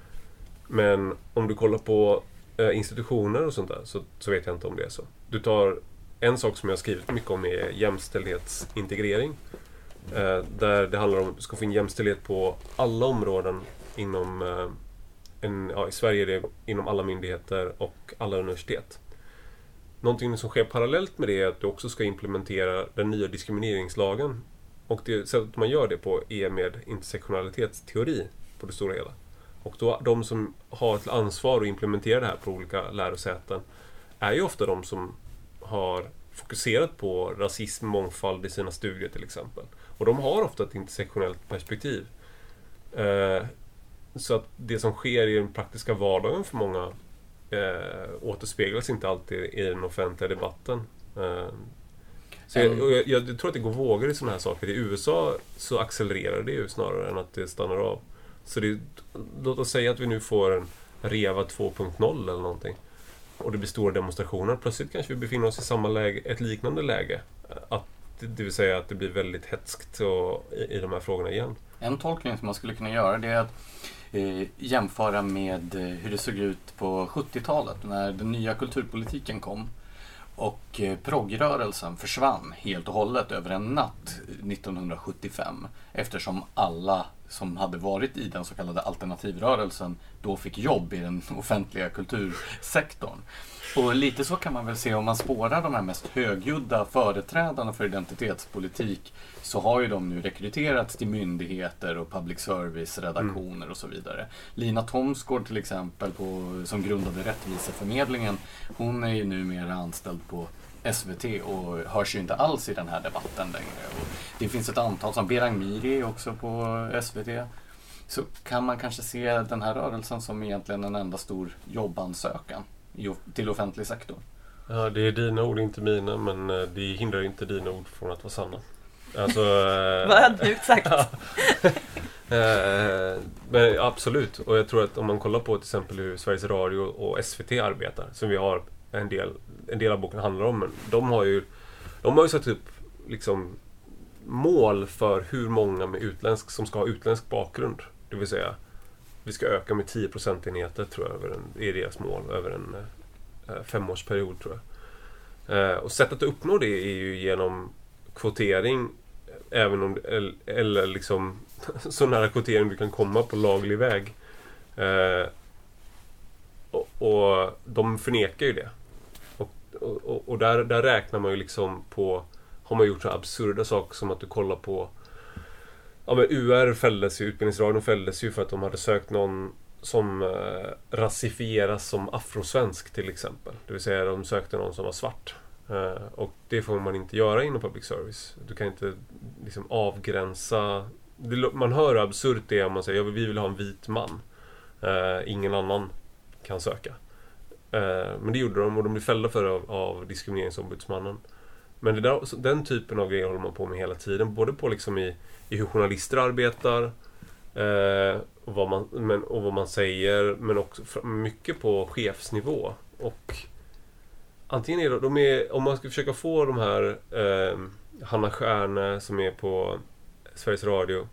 men om du kollar på eh, institutioner och sånt där, så, så vet jag inte om det är så. Du tar en sak som jag har skrivit mycket om är jämställdhetsintegrering. Eh, där det handlar om att du ska få in jämställdhet på alla områden inom eh, en, ja, i Sverige är det inom alla myndigheter och alla universitet. Någonting som sker parallellt med det är att du också ska implementera den nya diskrimineringslagen. Och det sättet man gör det på är med intersektionalitetsteori på det stora hela. Och då, de som har ett ansvar att implementera det här på olika lärosäten är ju ofta de som har fokuserat på rasism och mångfald i sina studier till exempel. Och de har ofta ett intersektionellt perspektiv. Eh, så att det som sker i den praktiska vardagen för många eh, återspeglas inte alltid i den offentliga debatten. Eh, så jag, jag, jag tror att det går vågor i sådana här saker. I U S A så accelererar det ju snarare än att det stannar av. Så det, låt oss säga att vi nu får en REVA två punkt noll eller någonting. Och det blir stora demonstrationer. Plötsligt kanske vi befinner oss i samma läge, ett liknande läge. Att, det vill säga att det blir väldigt hetskt och, i, i de här frågorna igen. En tolkning som man skulle kunna göra, det är att eh, jämföra med hur det såg ut på sjuttiotalet när den nya kulturpolitiken kom. Och eh, proggrörelsen försvann helt och hållet över en natt nittonhundrasjuttiofem. Eftersom alla som hade varit i den så kallade alternativrörelsen då fick jobb i den offentliga kultursektorn. Och lite så kan man väl se om man spårar de här mest högljudda företrädarna för identitetspolitik, så har ju de nu rekryterats till myndigheter och public service, redaktioner mm. och så vidare. Lina Thomsgård till exempel, på, som grundade Rättviseförmedlingen, hon är ju numera anställd på S V T och hörs ju inte alls i den här debatten längre. Och det finns ett antal som Berang Miri också på S V T. Så kan man kanske se den här rörelsen som egentligen en enda stor jobbansökan till offentlig sektor. Ja, det är dina ord, inte mina, men det hindrar inte dina ord från att vara sanna. Alltså, vad ödmjukt sagt. Men absolut, och jag tror att om man kollar på till exempel hur Sveriges Radio och S V T arbetar, som vi har en del, en del av boken handlar om, men de har ju, de har ju satt upp liksom mål för hur många med utländsk som ska ha utländsk bakgrund. Det vill säga, vi ska öka med tio procentenheter tror jag, över en, är deras mål, över en eh, femårsperiod tror jag. Eh, och sättet att uppnå det är ju genom kvotering, även om, eller, eller liksom så nära kvotering du kan komma på laglig väg. Eh, och, och de förnekar ju det. Och, och, och där, där räknar man ju liksom på, har man gjort så absurda saker som att du kollar på, ja men U R fälldes ju, Utbildningsradion fälldes ju för att de hade sökt någon som eh, rasifieras som afrosvensk till exempel. Det vill säga de sökte någon som var svart. Eh, och det får man inte göra inom public service. Du kan inte liksom avgränsa. Det, man hör hur absurt det är om man säger, ja, vi vill ha en vit man. Eh, ingen annan kan söka. Eh, men det gjorde de och de blev fällda för av, av diskrimineringsombudsmannen. Men det där, den typen av grejer håller man på med hela tiden. Både på liksom i, i hur journalister arbetar eh, och, vad man, men, och vad man säger, men också mycket på chefsnivå. Och antingen är det, de är, om man ska försöka få de här eh, Hanna Stjärne som är på Sveriges Radio.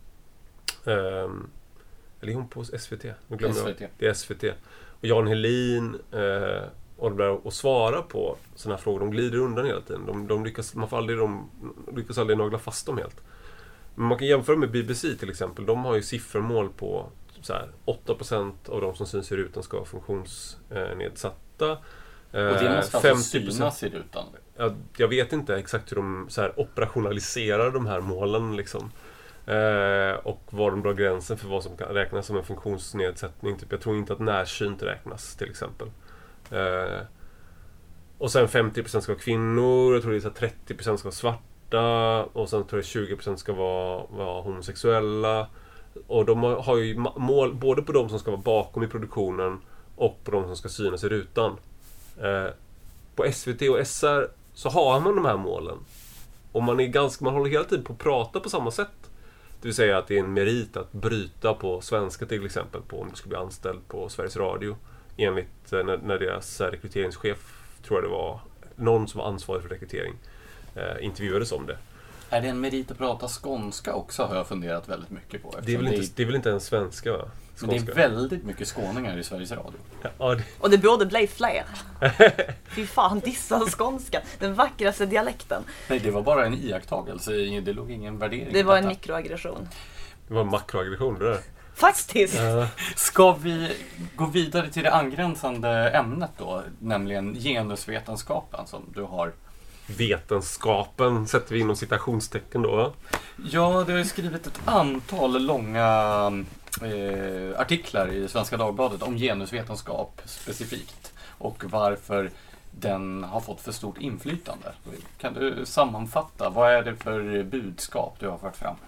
Um, eller är hon på S V T? Nu glömmer S V T. Jag. Det är S V T. Och Jan Helin uh, och det där att svara på sådana här frågor. De glider undan hela tiden. De, de lyckas, man får aldrig, de lyckas aldrig nagla fast dem helt. Men man kan jämföra med B B C till exempel. De har ju siffermål på så här, åtta procent av de som syns i rutan ska vara funktionsnedsatta. Och det måste alltså synas i rutan? Jag, jag vet inte exakt hur de så här, operationaliserar de här målen liksom. Eh, och var de drar gränsen för vad som kan räknas som en funktionsnedsättning. Typ, jag tror inte att närsynt räknas till exempel. Eh, och sen femtio procent ska vara kvinnor. Jag tror det är så här, trettio procent ska vara svarta. Och sen tror jag tjugo procent ska vara, vara homosexuella. Och de har ju mål både på de som ska vara bakom i produktionen och på de som ska synas i rutan. Eh, på S V T och S R så har man de här målen. Och man är ganska, man håller hela tiden på att prata på samma sätt. Det vill säga att det är en merit att bryta på svenska till exempel på om du ska bli anställd på Sveriges Radio. Enligt eh, när, när deras rekryteringschef, tror jag det var, någon som var ansvarig för rekrytering, eh, intervjuades om det. Är det en merit att prata skånska också, har jag funderat väldigt mycket på. Det är, väl inte, det är väl inte en svenska, va? Men det är väldigt mycket skåningar i Sveriges Radio. Ja, det... Och det borde bli fler. Fy fan, dissa skånskan. Den vackraste dialekten. Nej, det var bara en iakttagelse. Det låg ingen värdering. Det var en mikroaggression. Det var en makroaggression, det där. Faktiskt. Uh. Ska vi gå vidare till det angränsande ämnet då? Nämligen genusvetenskapen som du har. Vetenskapen sätter vi inom citationstecken då. Ja, du har skrivit ett antal långa eh, artiklar i Svenska Dagbladet om genusvetenskap specifikt och varför den har fått för stort inflytande. Kan du sammanfatta, vad är det för budskap du har fört fram?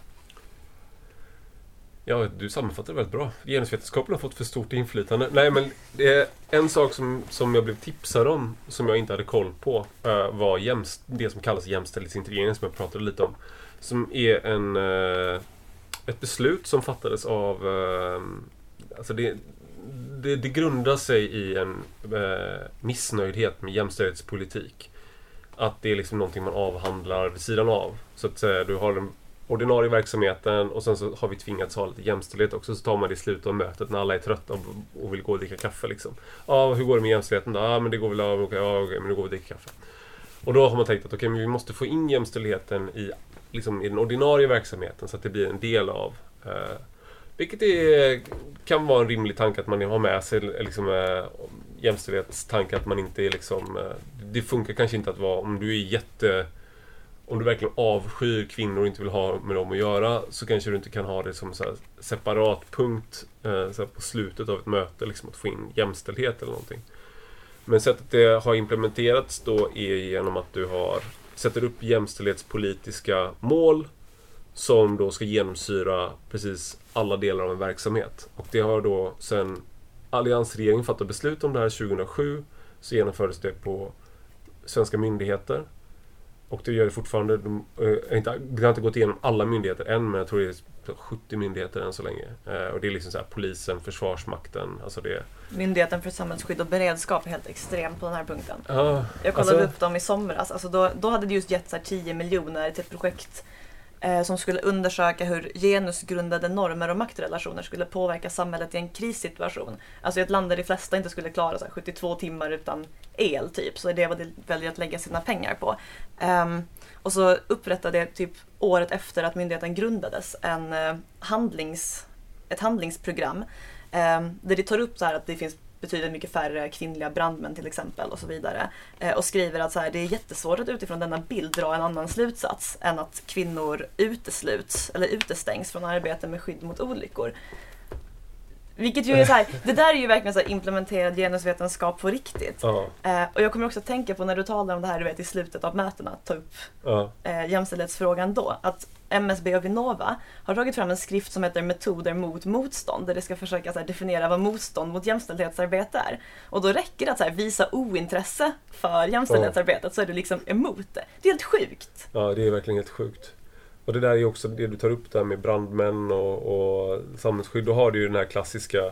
Ja, du sammanfattar det väldigt bra. Genusvetenskapen har fått för stort inflytande. Nej, men det är en sak som, som jag blev tipsad om, som jag inte hade koll på, uh, var jämst, det som kallas jämställdhetsintegrering, som jag pratade lite om. Som är en, uh, ett beslut som fattades av... Uh, alltså det, det, det grundar sig i en uh, missnöjdhet med jämställdhetspolitik. Att det är liksom någonting man avhandlar vid sidan av. Så att uh, du har en ordinarie verksamheten och sen så har vi tvingats ha lite jämställdhet också, så tar man det i slutet av mötet när alla är trötta och vill gå och dricka kaffe liksom. Ja, hur går det med jämställdheten då? Ja, men det går väl av, okej, ja, okej, men nu går vi och dricker kaffe. Och då har man tänkt att okej, men vi måste få in jämställdheten i, liksom, i den ordinarie verksamheten så att det blir en del av. Eh, vilket är, kan vara en rimlig tanke att man har med sig liksom, eh, jämställdhetstanke, att man inte är liksom, eh, det funkar kanske inte att vara, om du är jätte om du verkligen avskyr kvinnor och inte vill ha med dem att göra, så kanske du inte kan ha det som så här separat punkt eh, så här på slutet av ett möte, liksom att få in jämställdhet eller någonting. Men sättet det har implementerats då är genom att du har sätter upp jämställdhetspolitiska mål som då ska genomsyra precis alla delar av en verksamhet. Och det har då sen alliansregeringen fattat beslut om det här tjugohundrasju, så genomfördes det på svenska myndigheter. Och det gör det fortfarande. De, äh, inte, det har inte gått igenom alla myndigheter än, men jag tror det är sjuttio myndigheter än så länge. Äh, och det är liksom så här, polisen, försvarsmakten. Alltså det... Myndigheten för samhällsskydd och beredskap är helt extrem på den här punkten. Ah, jag kollade alltså... upp dem i somras. Alltså då, då hade det just gett så här tio miljoner till ett projekt eh, som skulle undersöka hur genusgrundade normer och maktrelationer skulle påverka samhället i en krissituation. Alltså i ett land där de flesta inte skulle klara så här, sjuttiotvå timmar utan el typ. Så det är vad de väljer att lägga sina pengar på. Um, och så upprättade det typ året efter att myndigheten grundades en uh, handlings, ett handlingsprogram um, där de tar upp så här att det finns betydligt mycket färre kvinnliga brandmän till exempel och så vidare. Uh, och skriver att så här, det är jättesvårt att utifrån denna bild dra en annan slutsats än att kvinnor utesluts eller utestängs från arbete med skydd mot olyckor. Vilket ju är så här, det där är ju verkligen så här implementerad genusvetenskap på riktigt. Ja. Eh, och jag kommer också att tänka på när du talar om det här, du vet, i slutet av mötena, ta upp Ja. eh, jämställdhetsfrågan då. Att M S B och Vinnova har tagit fram en skrift som heter Metoder mot motstånd, där det ska försöka så här, definiera vad motstånd mot jämställdhetsarbete är. Och då räcker det att så här, visa ointresse för jämställdhetsarbetet, ja. Så är du liksom emot det. Det är helt sjukt. Ja, det är verkligen helt sjukt. Och det där är också det du tar upp där med brandmän och, och samhällsskydd. Då har du ju den här klassiska...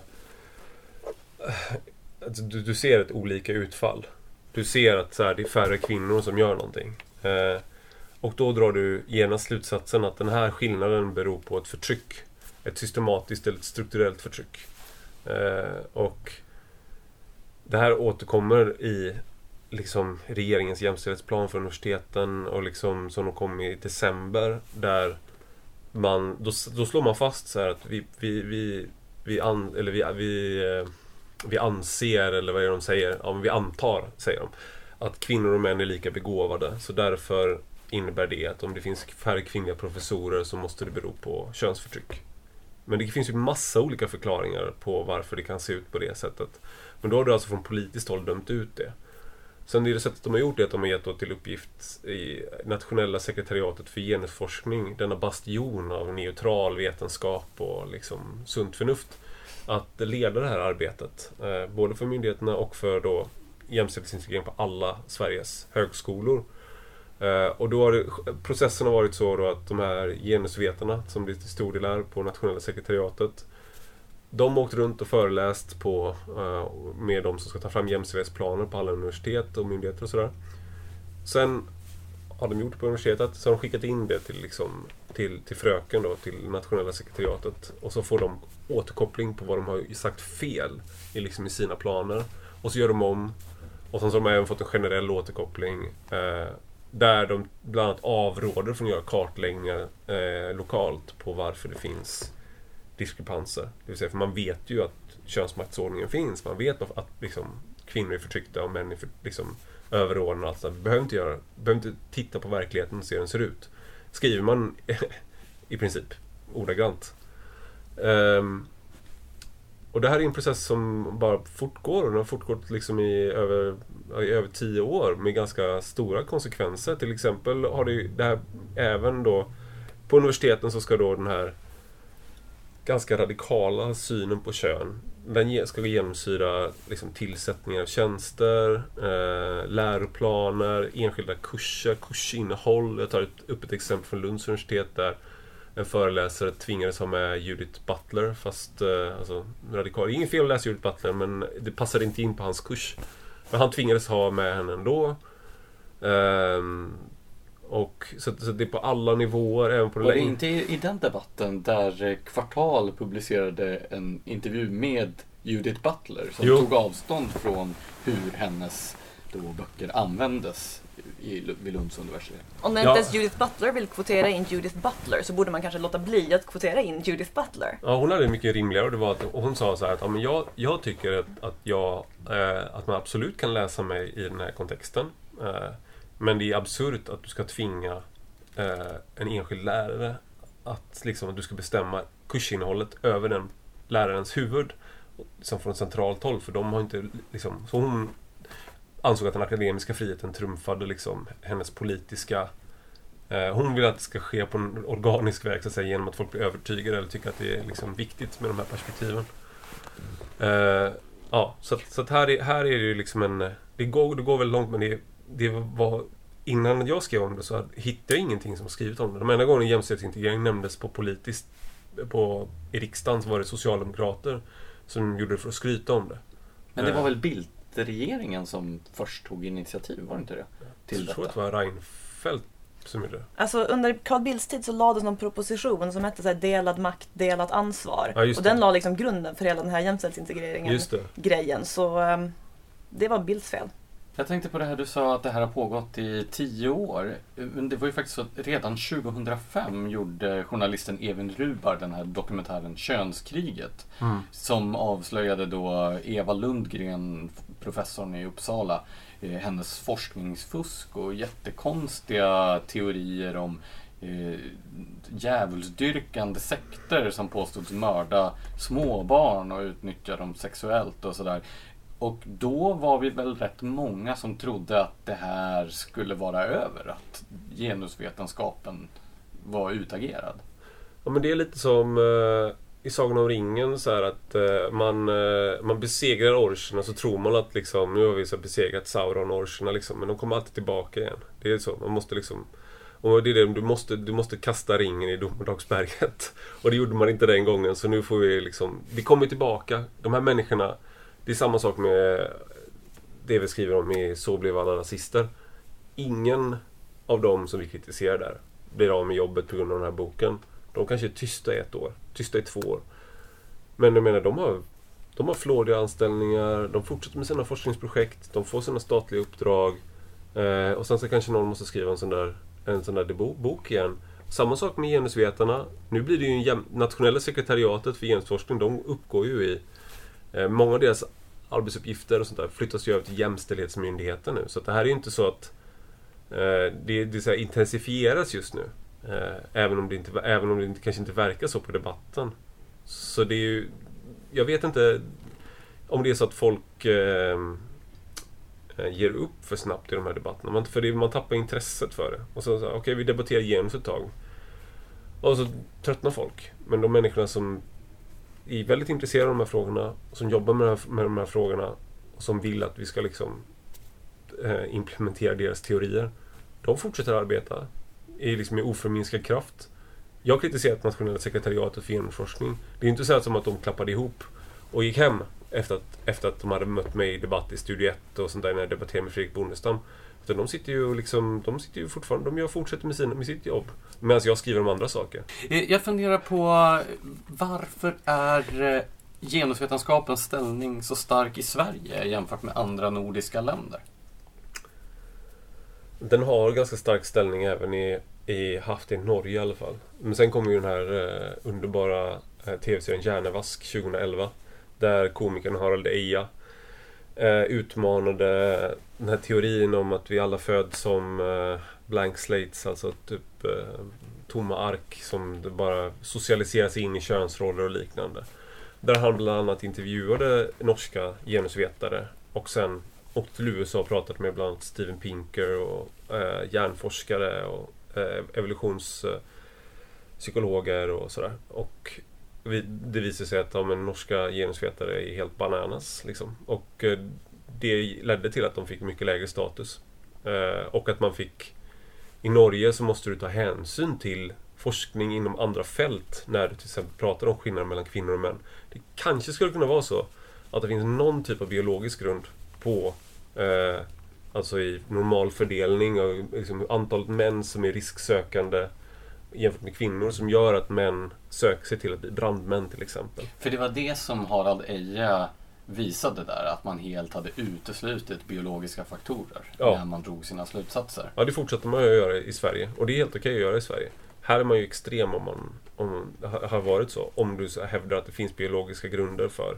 Alltså, du, du ser ett olika utfall. Du ser att så här, det är färre kvinnor som gör någonting. Eh, Och då drar du genast slutsatsen att den här skillnaden beror på ett förtryck. Ett systematiskt eller ett strukturellt förtryck. Eh, och det här återkommer i liksom regeringens jämställdhetsplan för universiteten och liksom som de kom i december där man då, då slår man fast så här att vi vi vi vi an, eller vi vi vi anser eller vad är det de säger? Ja, men vi antar säger de att kvinnor och män är lika begåvade, så därför innebär det att om det finns färre kvinnliga professorer så måste det bero på könsförtryck. Men det finns ju massa olika förklaringar på varför det kan se ut på det sättet. Men då har du alltså från politiskt håll dömt ut det. Sen det sättet de har gjort är att de har gett då till uppgift i nationella sekretariatet för genusforskning, denna bastion av neutral vetenskap och liksom sunt förnuft, att leda det här arbetet. Eh, både för myndigheterna och för då jämställdhetsintegrering på alla Sveriges högskolor. Uh, och då har det, processen har varit så då att de här genusvetarna som det till stor del är på nationella sekretariatet, de har åkt runt och föreläst på, uh, med de som ska ta fram jämställdhetsplaner på alla universitet och myndigheter och sådär. Sen har de gjort det på universitetet, så har de skickat in det till, liksom, till, till fröken då, till nationella sekretariatet, och så får de återkoppling på vad de har sagt fel i, liksom, i sina planer, och så gör de om, och sen så har de även fått en generell återkoppling uh, där de bland annat avråder från att göra kartläggningar eh, lokalt på varför det finns diskrepanser. Det vill säga, för man vet ju att könsmaktsordningen finns. Man vet att, att liksom, kvinnor är förtryckta och män är för, liksom, överordnade. Alltså, vi behöver inte, göra, behöver inte titta på verkligheten och se hur den ser ut. Skriver man i princip ordagrant. Um, och det här är en process som bara fortgår, och den har fortgått liksom i över, i över tio år med ganska stora konsekvenser. Till exempel har det, det här även då på universiteten, så ska då den här ganska radikala synen på kön, den ska genomsyra liksom tillsättningar av tjänster, eh, läroplaner, enskilda kurser, kursinnehåll. Jag tar ett, upp ett exempel från Lunds universitet där en föreläsare tvingades ha med Judith Butler, fast eh, alltså, radikal. Ingen fel att läsa Judith Butler, men det passade inte in på hans kurs. Men han tvingades ha med henne ändå. Um, och så, så det är på alla nivåer, även på Var det inte i, i den debatten där Kvartal publicerade en intervju med Judith Butler som jo. tog avstånd från hur hennes då böcker användes i, vid Lunds universitet? Om när inte ens Judith Butler vill kvotera in Judith Butler, så borde man kanske låta bli att kvotera in Judith Butler. Ja, hon hade mycket rimligare, och det var att och hon sa så här att ja, men jag, jag tycker att, att, jag, eh, att man absolut kan läsa mig i den här kontexten. Eh, men det är absurt att du ska tvinga eh, en enskild lärare att, liksom, att du ska bestämma kursinnehållet över den lärarens huvud som från centralt håll, för de har inte liksom, så hon ansåg att den akademiska friheten trumfade liksom hennes politiska. Eh, hon vill att det ska ske på en organisk väg, så att säga, genom att folk blir övertygade eller tycker att det är liksom viktigt med de här perspektiven. Eh, ja, så att, så att här, är, här är det ju liksom en. Det går, det går väl långt, men det, det var innan jag skrev om det så hittade jag ingenting som var skrivit om det. De enda gången jämställdhetsintegrering nämndes på politiskt på, i riksdagen, så var det socialdemokrater som gjorde det för att skryta om det. Men det var väl Bildt regeringen som först tog initiativ, var det inte det? Till jag detta. tror att det var Reinfeldt som gjorde det. Alltså under Carl Bildts tid så lades någon proposition som hette så här, delad makt, delat ansvar. Ja, och den la liksom grunden för hela den här jämställdhetsintegreringen grejen. Så um, det var Bildts fel. Jag tänkte på det här, du sa att det här har pågått i tio år. Men det var ju faktiskt så att redan tjugohundrafem gjorde journalisten Evin Rubar den här dokumentären Könskriget. Mm. Som avslöjade då Eva Lundgren, professorn i Uppsala, hennes forskningsfusk och jättekonstiga teorier om eh, djävulsdyrkande sekter som påstods mörda småbarn och utnyttja dem sexuellt och sådär. Och då var vi väl rätt många som trodde att det här skulle vara över, att genusvetenskapen var utagerad. Ja, men det är lite som uh, i Sagan om ringen, så här att uh, man, uh, man besegrar orcherna, så tror man att liksom, nu har vi så besegrat Sauron och orcherna liksom, men de kommer alltid tillbaka igen. Det är så, man måste liksom, och det är det, du måste, du måste kasta ringen i Domedagsberget. Och det gjorde man inte den gången, så nu får vi liksom, vi kommer tillbaka, de här människorna. Det är samma sak med det vi skriver om i Så blev alla rasister. Ingen av dem som vi kritiserar där blir av med jobbet på grund av den här boken. De kanske är tysta i ett år, tysta i två år. Men jag menar, de har, de har flådiga anställningar, de fortsätter med sina forskningsprojekt, de får sina statliga uppdrag. Eh, och sen så kanske någon måste skriva en sån där, en sån där bok igen. Samma sak med genusvetarna. Nu blir det ju en jäm, nationella sekretariatet för genusforskning, de uppgår ju i eh, många av deras arbetsuppgifter och sånt där flyttas ju över till jämställdhetsmyndigheten nu. Så att det här är ju inte så att eh, det, det så här intensifieras just nu. Eh, även om det, inte, även om det inte, kanske inte verkar så på debatten. Så det är ju, jag vet inte om det är så att folk eh, ger upp för snabbt i de här debatterna. Man, för det, man tappar intresset för det. Och så, så okej, okay, vi debatterar genus ett tag. Och så tröttnar folk. Men de människorna som är väldigt intresserade av de här frågorna, som jobbar med de här, med de här frågorna och som vill att vi ska liksom eh, implementera deras teorier, de fortsätter arbeta i liksom med oförminskad kraft. Jag har kritiserat nationella sekretariatet för genusforskning. Det är inte så här som att de klappade ihop och gick hem efter att, efter att de hade mött mig i debatt i Studio ett och sånt där när jag debatterade med Fredrik Bondestam. Utan de sitter ju liksom, de sitter ju fortfarande, de gör fortsätter med, sina, med sitt jobb. Medan jag skriver om andra saker. Jag funderar på varför är genusvetenskapens ställning så stark i Sverige jämfört med andra nordiska länder? Den har ganska stark ställning även i, i haft i Norge i alla fall. Men sen kom ju den här eh, underbara eh, tv-serien Hjärnevask tjugoelva där komikern Harald Eja eh, utmanade den här teorin om att vi alla föds som eh, blank slates, alltså typ eh, tomma ark som det bara socialiseras in i könsroller och liknande. Där han bland annat intervjuade norska genusvetare och sen åkte till U S A och pratade med bland annat Steven Pinker och eh, hjärnforskare och eh, evolutionspsykologer och sådär. Och vi, det visade sig att ja, men, norska genusvetare är helt bananas liksom. Och eh, det ledde till att de fick mycket lägre status. Eh, och att man fick i Norge så måste du ta hänsyn till forskning inom andra fält när du till exempel pratar om skillnader mellan kvinnor och män. Det kanske skulle kunna vara så att det finns någon typ av biologisk grund på eh, alltså i normal fördelning och liksom antalet män som är risksökande jämfört med kvinnor som gör att män söker sig till att bli brandmän till exempel. För det var det som Harald Eja visade där, att man helt hade uteslutit biologiska faktorer ja. när man drog sina slutsatser. Ja, det fortsätter man ju att göra i Sverige. Och det är helt okej att göra i Sverige. Här är man ju extrem om man om det har varit så. Om du hävdar att det finns biologiska grunder för,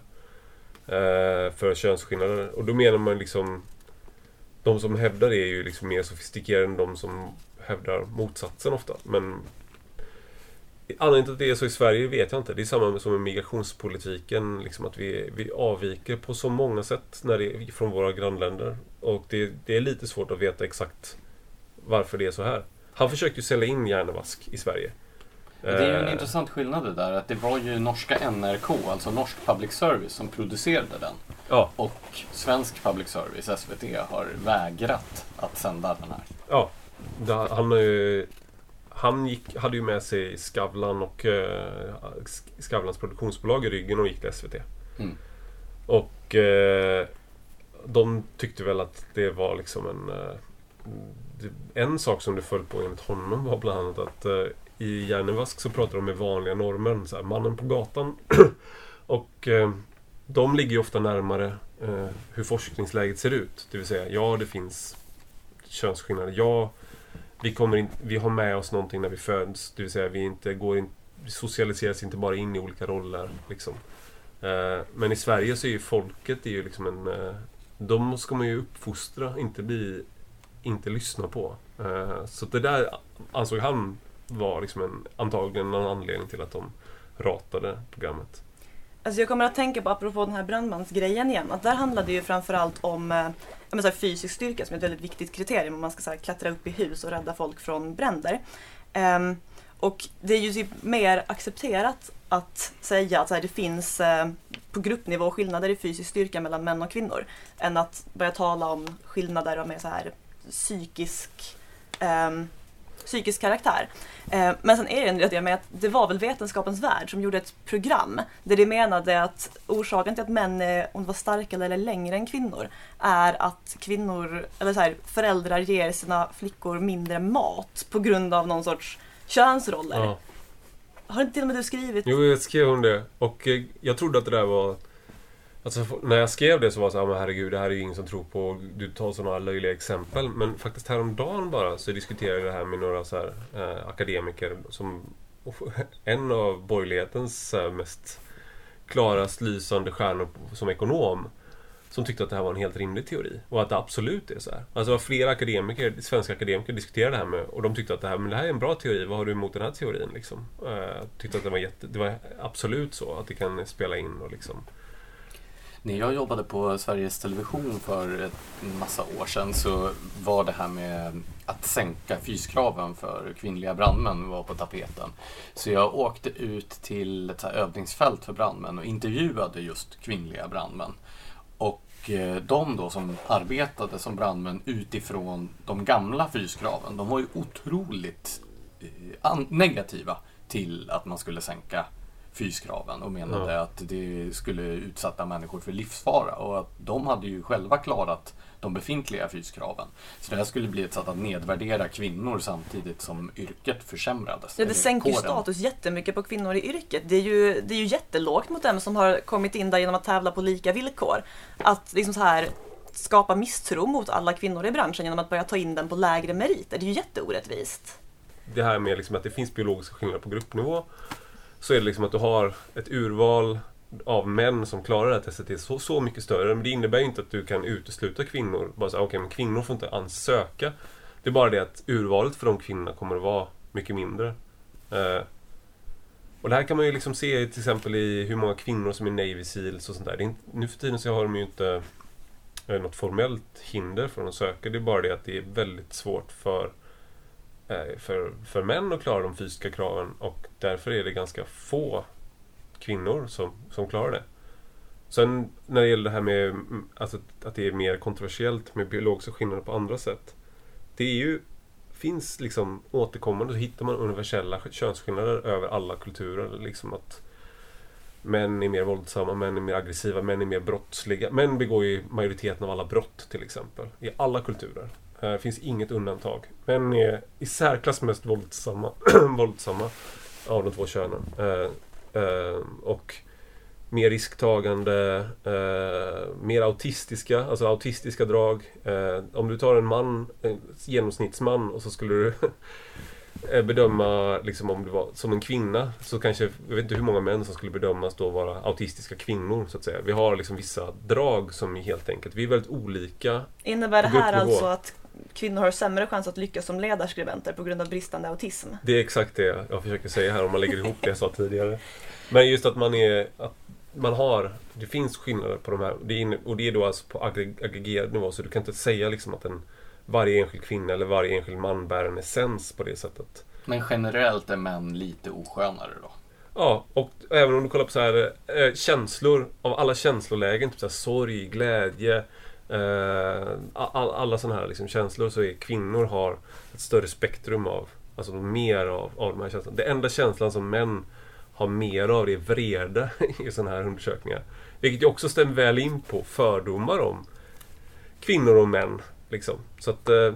eh, för könsskillnader. Och då menar man liksom, de som hävdar det är ju liksom mer sofistikerade än de som hävdar motsatsen ofta. Men anledningen till att det är så i Sverige vet jag inte. Det är samma som med migrationspolitiken. Liksom att vi, vi avviker på så många sätt när det är från våra grannländer. Och det, det är lite svårt att veta exakt varför det är så här. Han försökte ju sälja in Hjärnevask i Sverige. Det är ju en eh. intressant skillnad det där. Att det var ju norska N R K, alltså Norsk Public Service, som producerade den. Ja. Och svensk Public Service, S V T, har vägrat att sända den här. Ja, han, han gick, hade ju med sig Skavlan och eh, Skavlans produktionsbolag i ryggen och gick till S V T. Mm. Och eh, de tyckte väl att det var liksom en... Eh, en sak som det föll på enligt honom var bland annat att eh, i Hjärnevask så pratar de med vanliga normer, så här, mannen på gatan. Och eh, de ligger ju ofta närmare eh, hur forskningsläget ser ut. Det vill säga, ja det finns könsskillnader. Ja, vi, kommer in, vi har med oss någonting när vi föds. Det vill säga, vi, inte går in, vi socialiseras inte bara in i olika roller. Liksom. Eh, men i Sverige så är ju folket är ju liksom en... Eh, de ska man ju uppfostra, inte bli... inte lyssna på. Uh, så det där ansåg han var liksom en, antagligen en anledning till att de ratade programmet. Alltså jag kommer att tänka på, apropå den här brandmansgrejen igen, att där handlade det ju framförallt om eh, så här, fysisk styrka som är ett väldigt viktigt kriterium om man ska så här, klättra upp i hus och rädda folk från bränder. Um, och det är ju typ mer accepterat att säga att så här, det finns eh, på gruppnivå skillnader i fysisk styrka mellan män och kvinnor än att börja tala om skillnader av mer så här psykisk, um, psykisk karaktär. Eh, men sen är det det med att det var väl Vetenskapens Värld som gjorde ett program där de menade att orsaken till att män är, om det var starkare eller längre än kvinnor, är att kvinnor, eller så här, föräldrar ger sina flickor mindre mat på grund av någon sorts könsroller. Ja. Har inte till och med du skrivit? Jo, jag skrev om det. Och eh, jag trodde att det där var... Alltså, när jag skrev det så var det så här, men herregud, det här är ju ingen som tror på... Du tar sådana löjliga exempel. Men faktiskt häromdagen bara så diskuterade jag det här med några så här, eh, akademiker som... En av borgerlighetens eh, mest klarast lysande stjärnor som ekonom, som tyckte att det här var en helt rimlig teori. Och att det absolut är så här. Alltså det var flera akademiker, svenska akademiker diskuterade det här med, och de tyckte att det här, men det här är en bra teori, vad har du emot den här teorin liksom? Uh, tyckte att det var, jätte, det var absolut så, att det kan spela in och liksom. När jag jobbade på Sveriges Television för en massa år sedan så var det här med att sänka fyskraven för kvinnliga brandmän var på tapeten. Så jag åkte ut till ett så här övningsfält för brandmän och intervjuade just kvinnliga brandmän. Och de då som arbetade som brandmän utifrån de gamla fyskraven, de var ju otroligt negativa till att man skulle sänka fyskraven och menade ja. att det skulle utsätta människor för livsfara, och att de hade ju själva klarat de befintliga fyskraven. Så det här skulle bli ett sätt att nedvärdera kvinnor samtidigt som yrket försämrades. Ja, det sänker ju status jättemycket på kvinnor i yrket. Det är ju, det är ju jättelågt mot dem som har kommit in där genom att tävla på lika villkor. Att liksom så här skapa misstro mot alla kvinnor i branschen genom att börja ta in den på lägre meriter. Det är ju jätteorättvist. Det här med liksom att det finns biologiska skillnader på gruppnivå, så är det liksom att du har ett urval av män som klarar det här testet är så, så mycket större. Men det innebär ju inte att du kan utesluta kvinnor. Bara så, okej, okay, men kvinnor får inte ansöka. Det är bara det att urvalet för de kvinnorna kommer att vara mycket mindre. Eh, och det här kan man ju liksom se till exempel i hur många kvinnor som är Navy Seals och sånt där. Det är inte, nu för tiden så har de ju inte eh, något formellt hinder för att söka. Det är bara det att det är väldigt svårt för För, för män att klara de fysiska kraven, och därför är det ganska få kvinnor som, som klarar det. Sen när det gäller det här med alltså, att det är mer kontroversiellt med biologiska skillnader på andra sätt, det är ju, finns liksom återkommande, så hittar man universella könsskillnader över alla kulturer, liksom att män är mer våldsamma, män är mer aggressiva, män är mer brottsliga. Män begår ju majoriteten av alla brott till exempel i alla kulturer. Det finns inget undantag. Män är i särklass mest våldsamma, våldsamma av de två könen. Uh, uh, och mer risktagande, uh, mer autistiska, alltså autistiska drag. Uh, om du tar en man, en genomsnittsman, och så skulle du bedöma liksom, om du var som en kvinna, så kanske, jag vet inte hur många män som skulle bedömas då vara autistiska kvinnor, så att säga. Vi har liksom vissa drag som är helt enkelt, vi är väldigt olika. Innebär det här alltså att kvinnor har sämre chans att lyckas som ledarskribenter på grund av bristande autism? Det är exakt det jag försöker säga här, om man lägger ihop det jag sa tidigare. Men just att man är, att man har, det finns skillnader på de här, det är, och det är då alltså på aggregerad nivå, så du kan inte säga liksom att en varje enskild kvinna eller varje enskild man bär en essens på det sättet. Men generellt är män lite oskönare då? Ja, och även om du kollar på så här äh, känslor, av alla känslolägen, typ så här sorg, glädje, äh, all, alla sådana här liksom känslor, så är kvinnor har ett större spektrum av, alltså mer av, av de här känslorna. Det enda känslan som män har mer av, det är vrede i sådana här undersökningar. Vilket ju också stämmer väl in på fördomar om kvinnor och män. Liksom. Så att eh,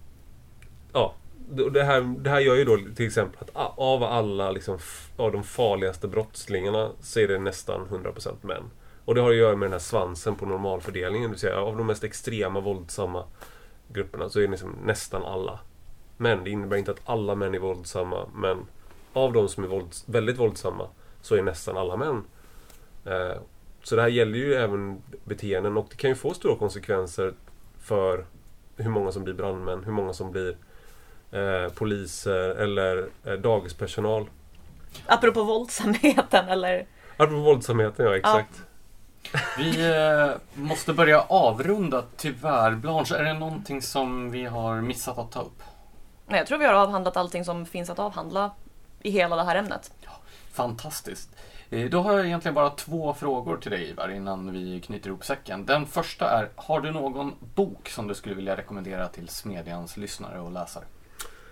ja, det här, det här gör ju då till exempel att av alla liksom, av de farligaste brottslingarna så är det nästan hundra procent män. Och det har att göra med den här svansen på normalfördelningen, det vill säga av de mest extrema våldsamma grupperna så är det liksom nästan alla män. Det innebär inte att alla män är våldsamma, men av de som är vålds, väldigt våldsamma så är nästan alla män. Eh, så det här gäller ju även beteenden, och det kan ju få stora konsekvenser för hur många som blir brandmän, hur många som blir eh, poliser eller eh, dagispersonal. Apropå våldsamheten, eller? Apropå våldsamheten, ja, exakt. Ja. Vi eh, måste börja avrunda, tyvärr. Blanche, är det någonting som vi har missat att ta upp? Nej, jag tror vi har avhandlat allting som finns att avhandla i hela det här ämnet. Ja, fantastiskt. Då har jag egentligen bara två frågor till dig, Ivar, innan vi knyter ihop säcken. Den första är, har du någon bok som du skulle vilja rekommendera till Smedjans lyssnare och läsare?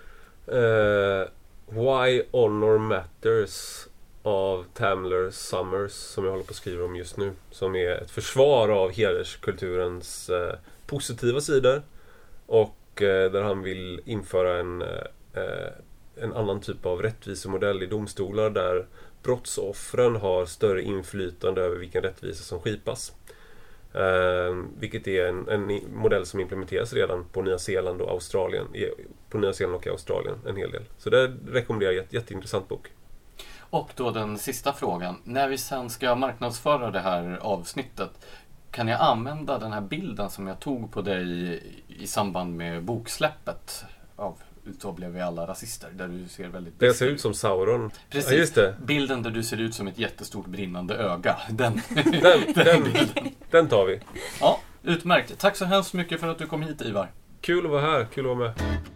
Uh, Why Honor Matters av Tamler Summers, som jag håller på att skriva om just nu. Som är ett försvar av hederskulturens uh, positiva sidor. Och uh, där han vill införa en, uh, en annan typ av rättvisemodell i domstolar där brottsoffren har större inflytande över vilken rättvisa som skipas. Uh, vilket är en, en modell som implementeras redan på Nya Zeeland och Australien. På Nya Zeeland och Australien en hel del. Så det rekommenderar jag. Jätteintressant bok. Och då den sista frågan. När vi sen ska marknadsföra det här avsnittet, kan jag använda den här bilden som jag tog på dig i, i samband med boksläppet av Så blev vi alla rasister, där du ser väldigt... Det ser ut som Sauron. Precis, ja, just det. Bilden där du ser ut som ett jättestort brinnande öga. Den, den, den, den, bilden. Den tar vi. Ja, utmärkt. Tack så hemskt mycket för att du kom hit, Ivar. Kul att vara här, kul att vara med.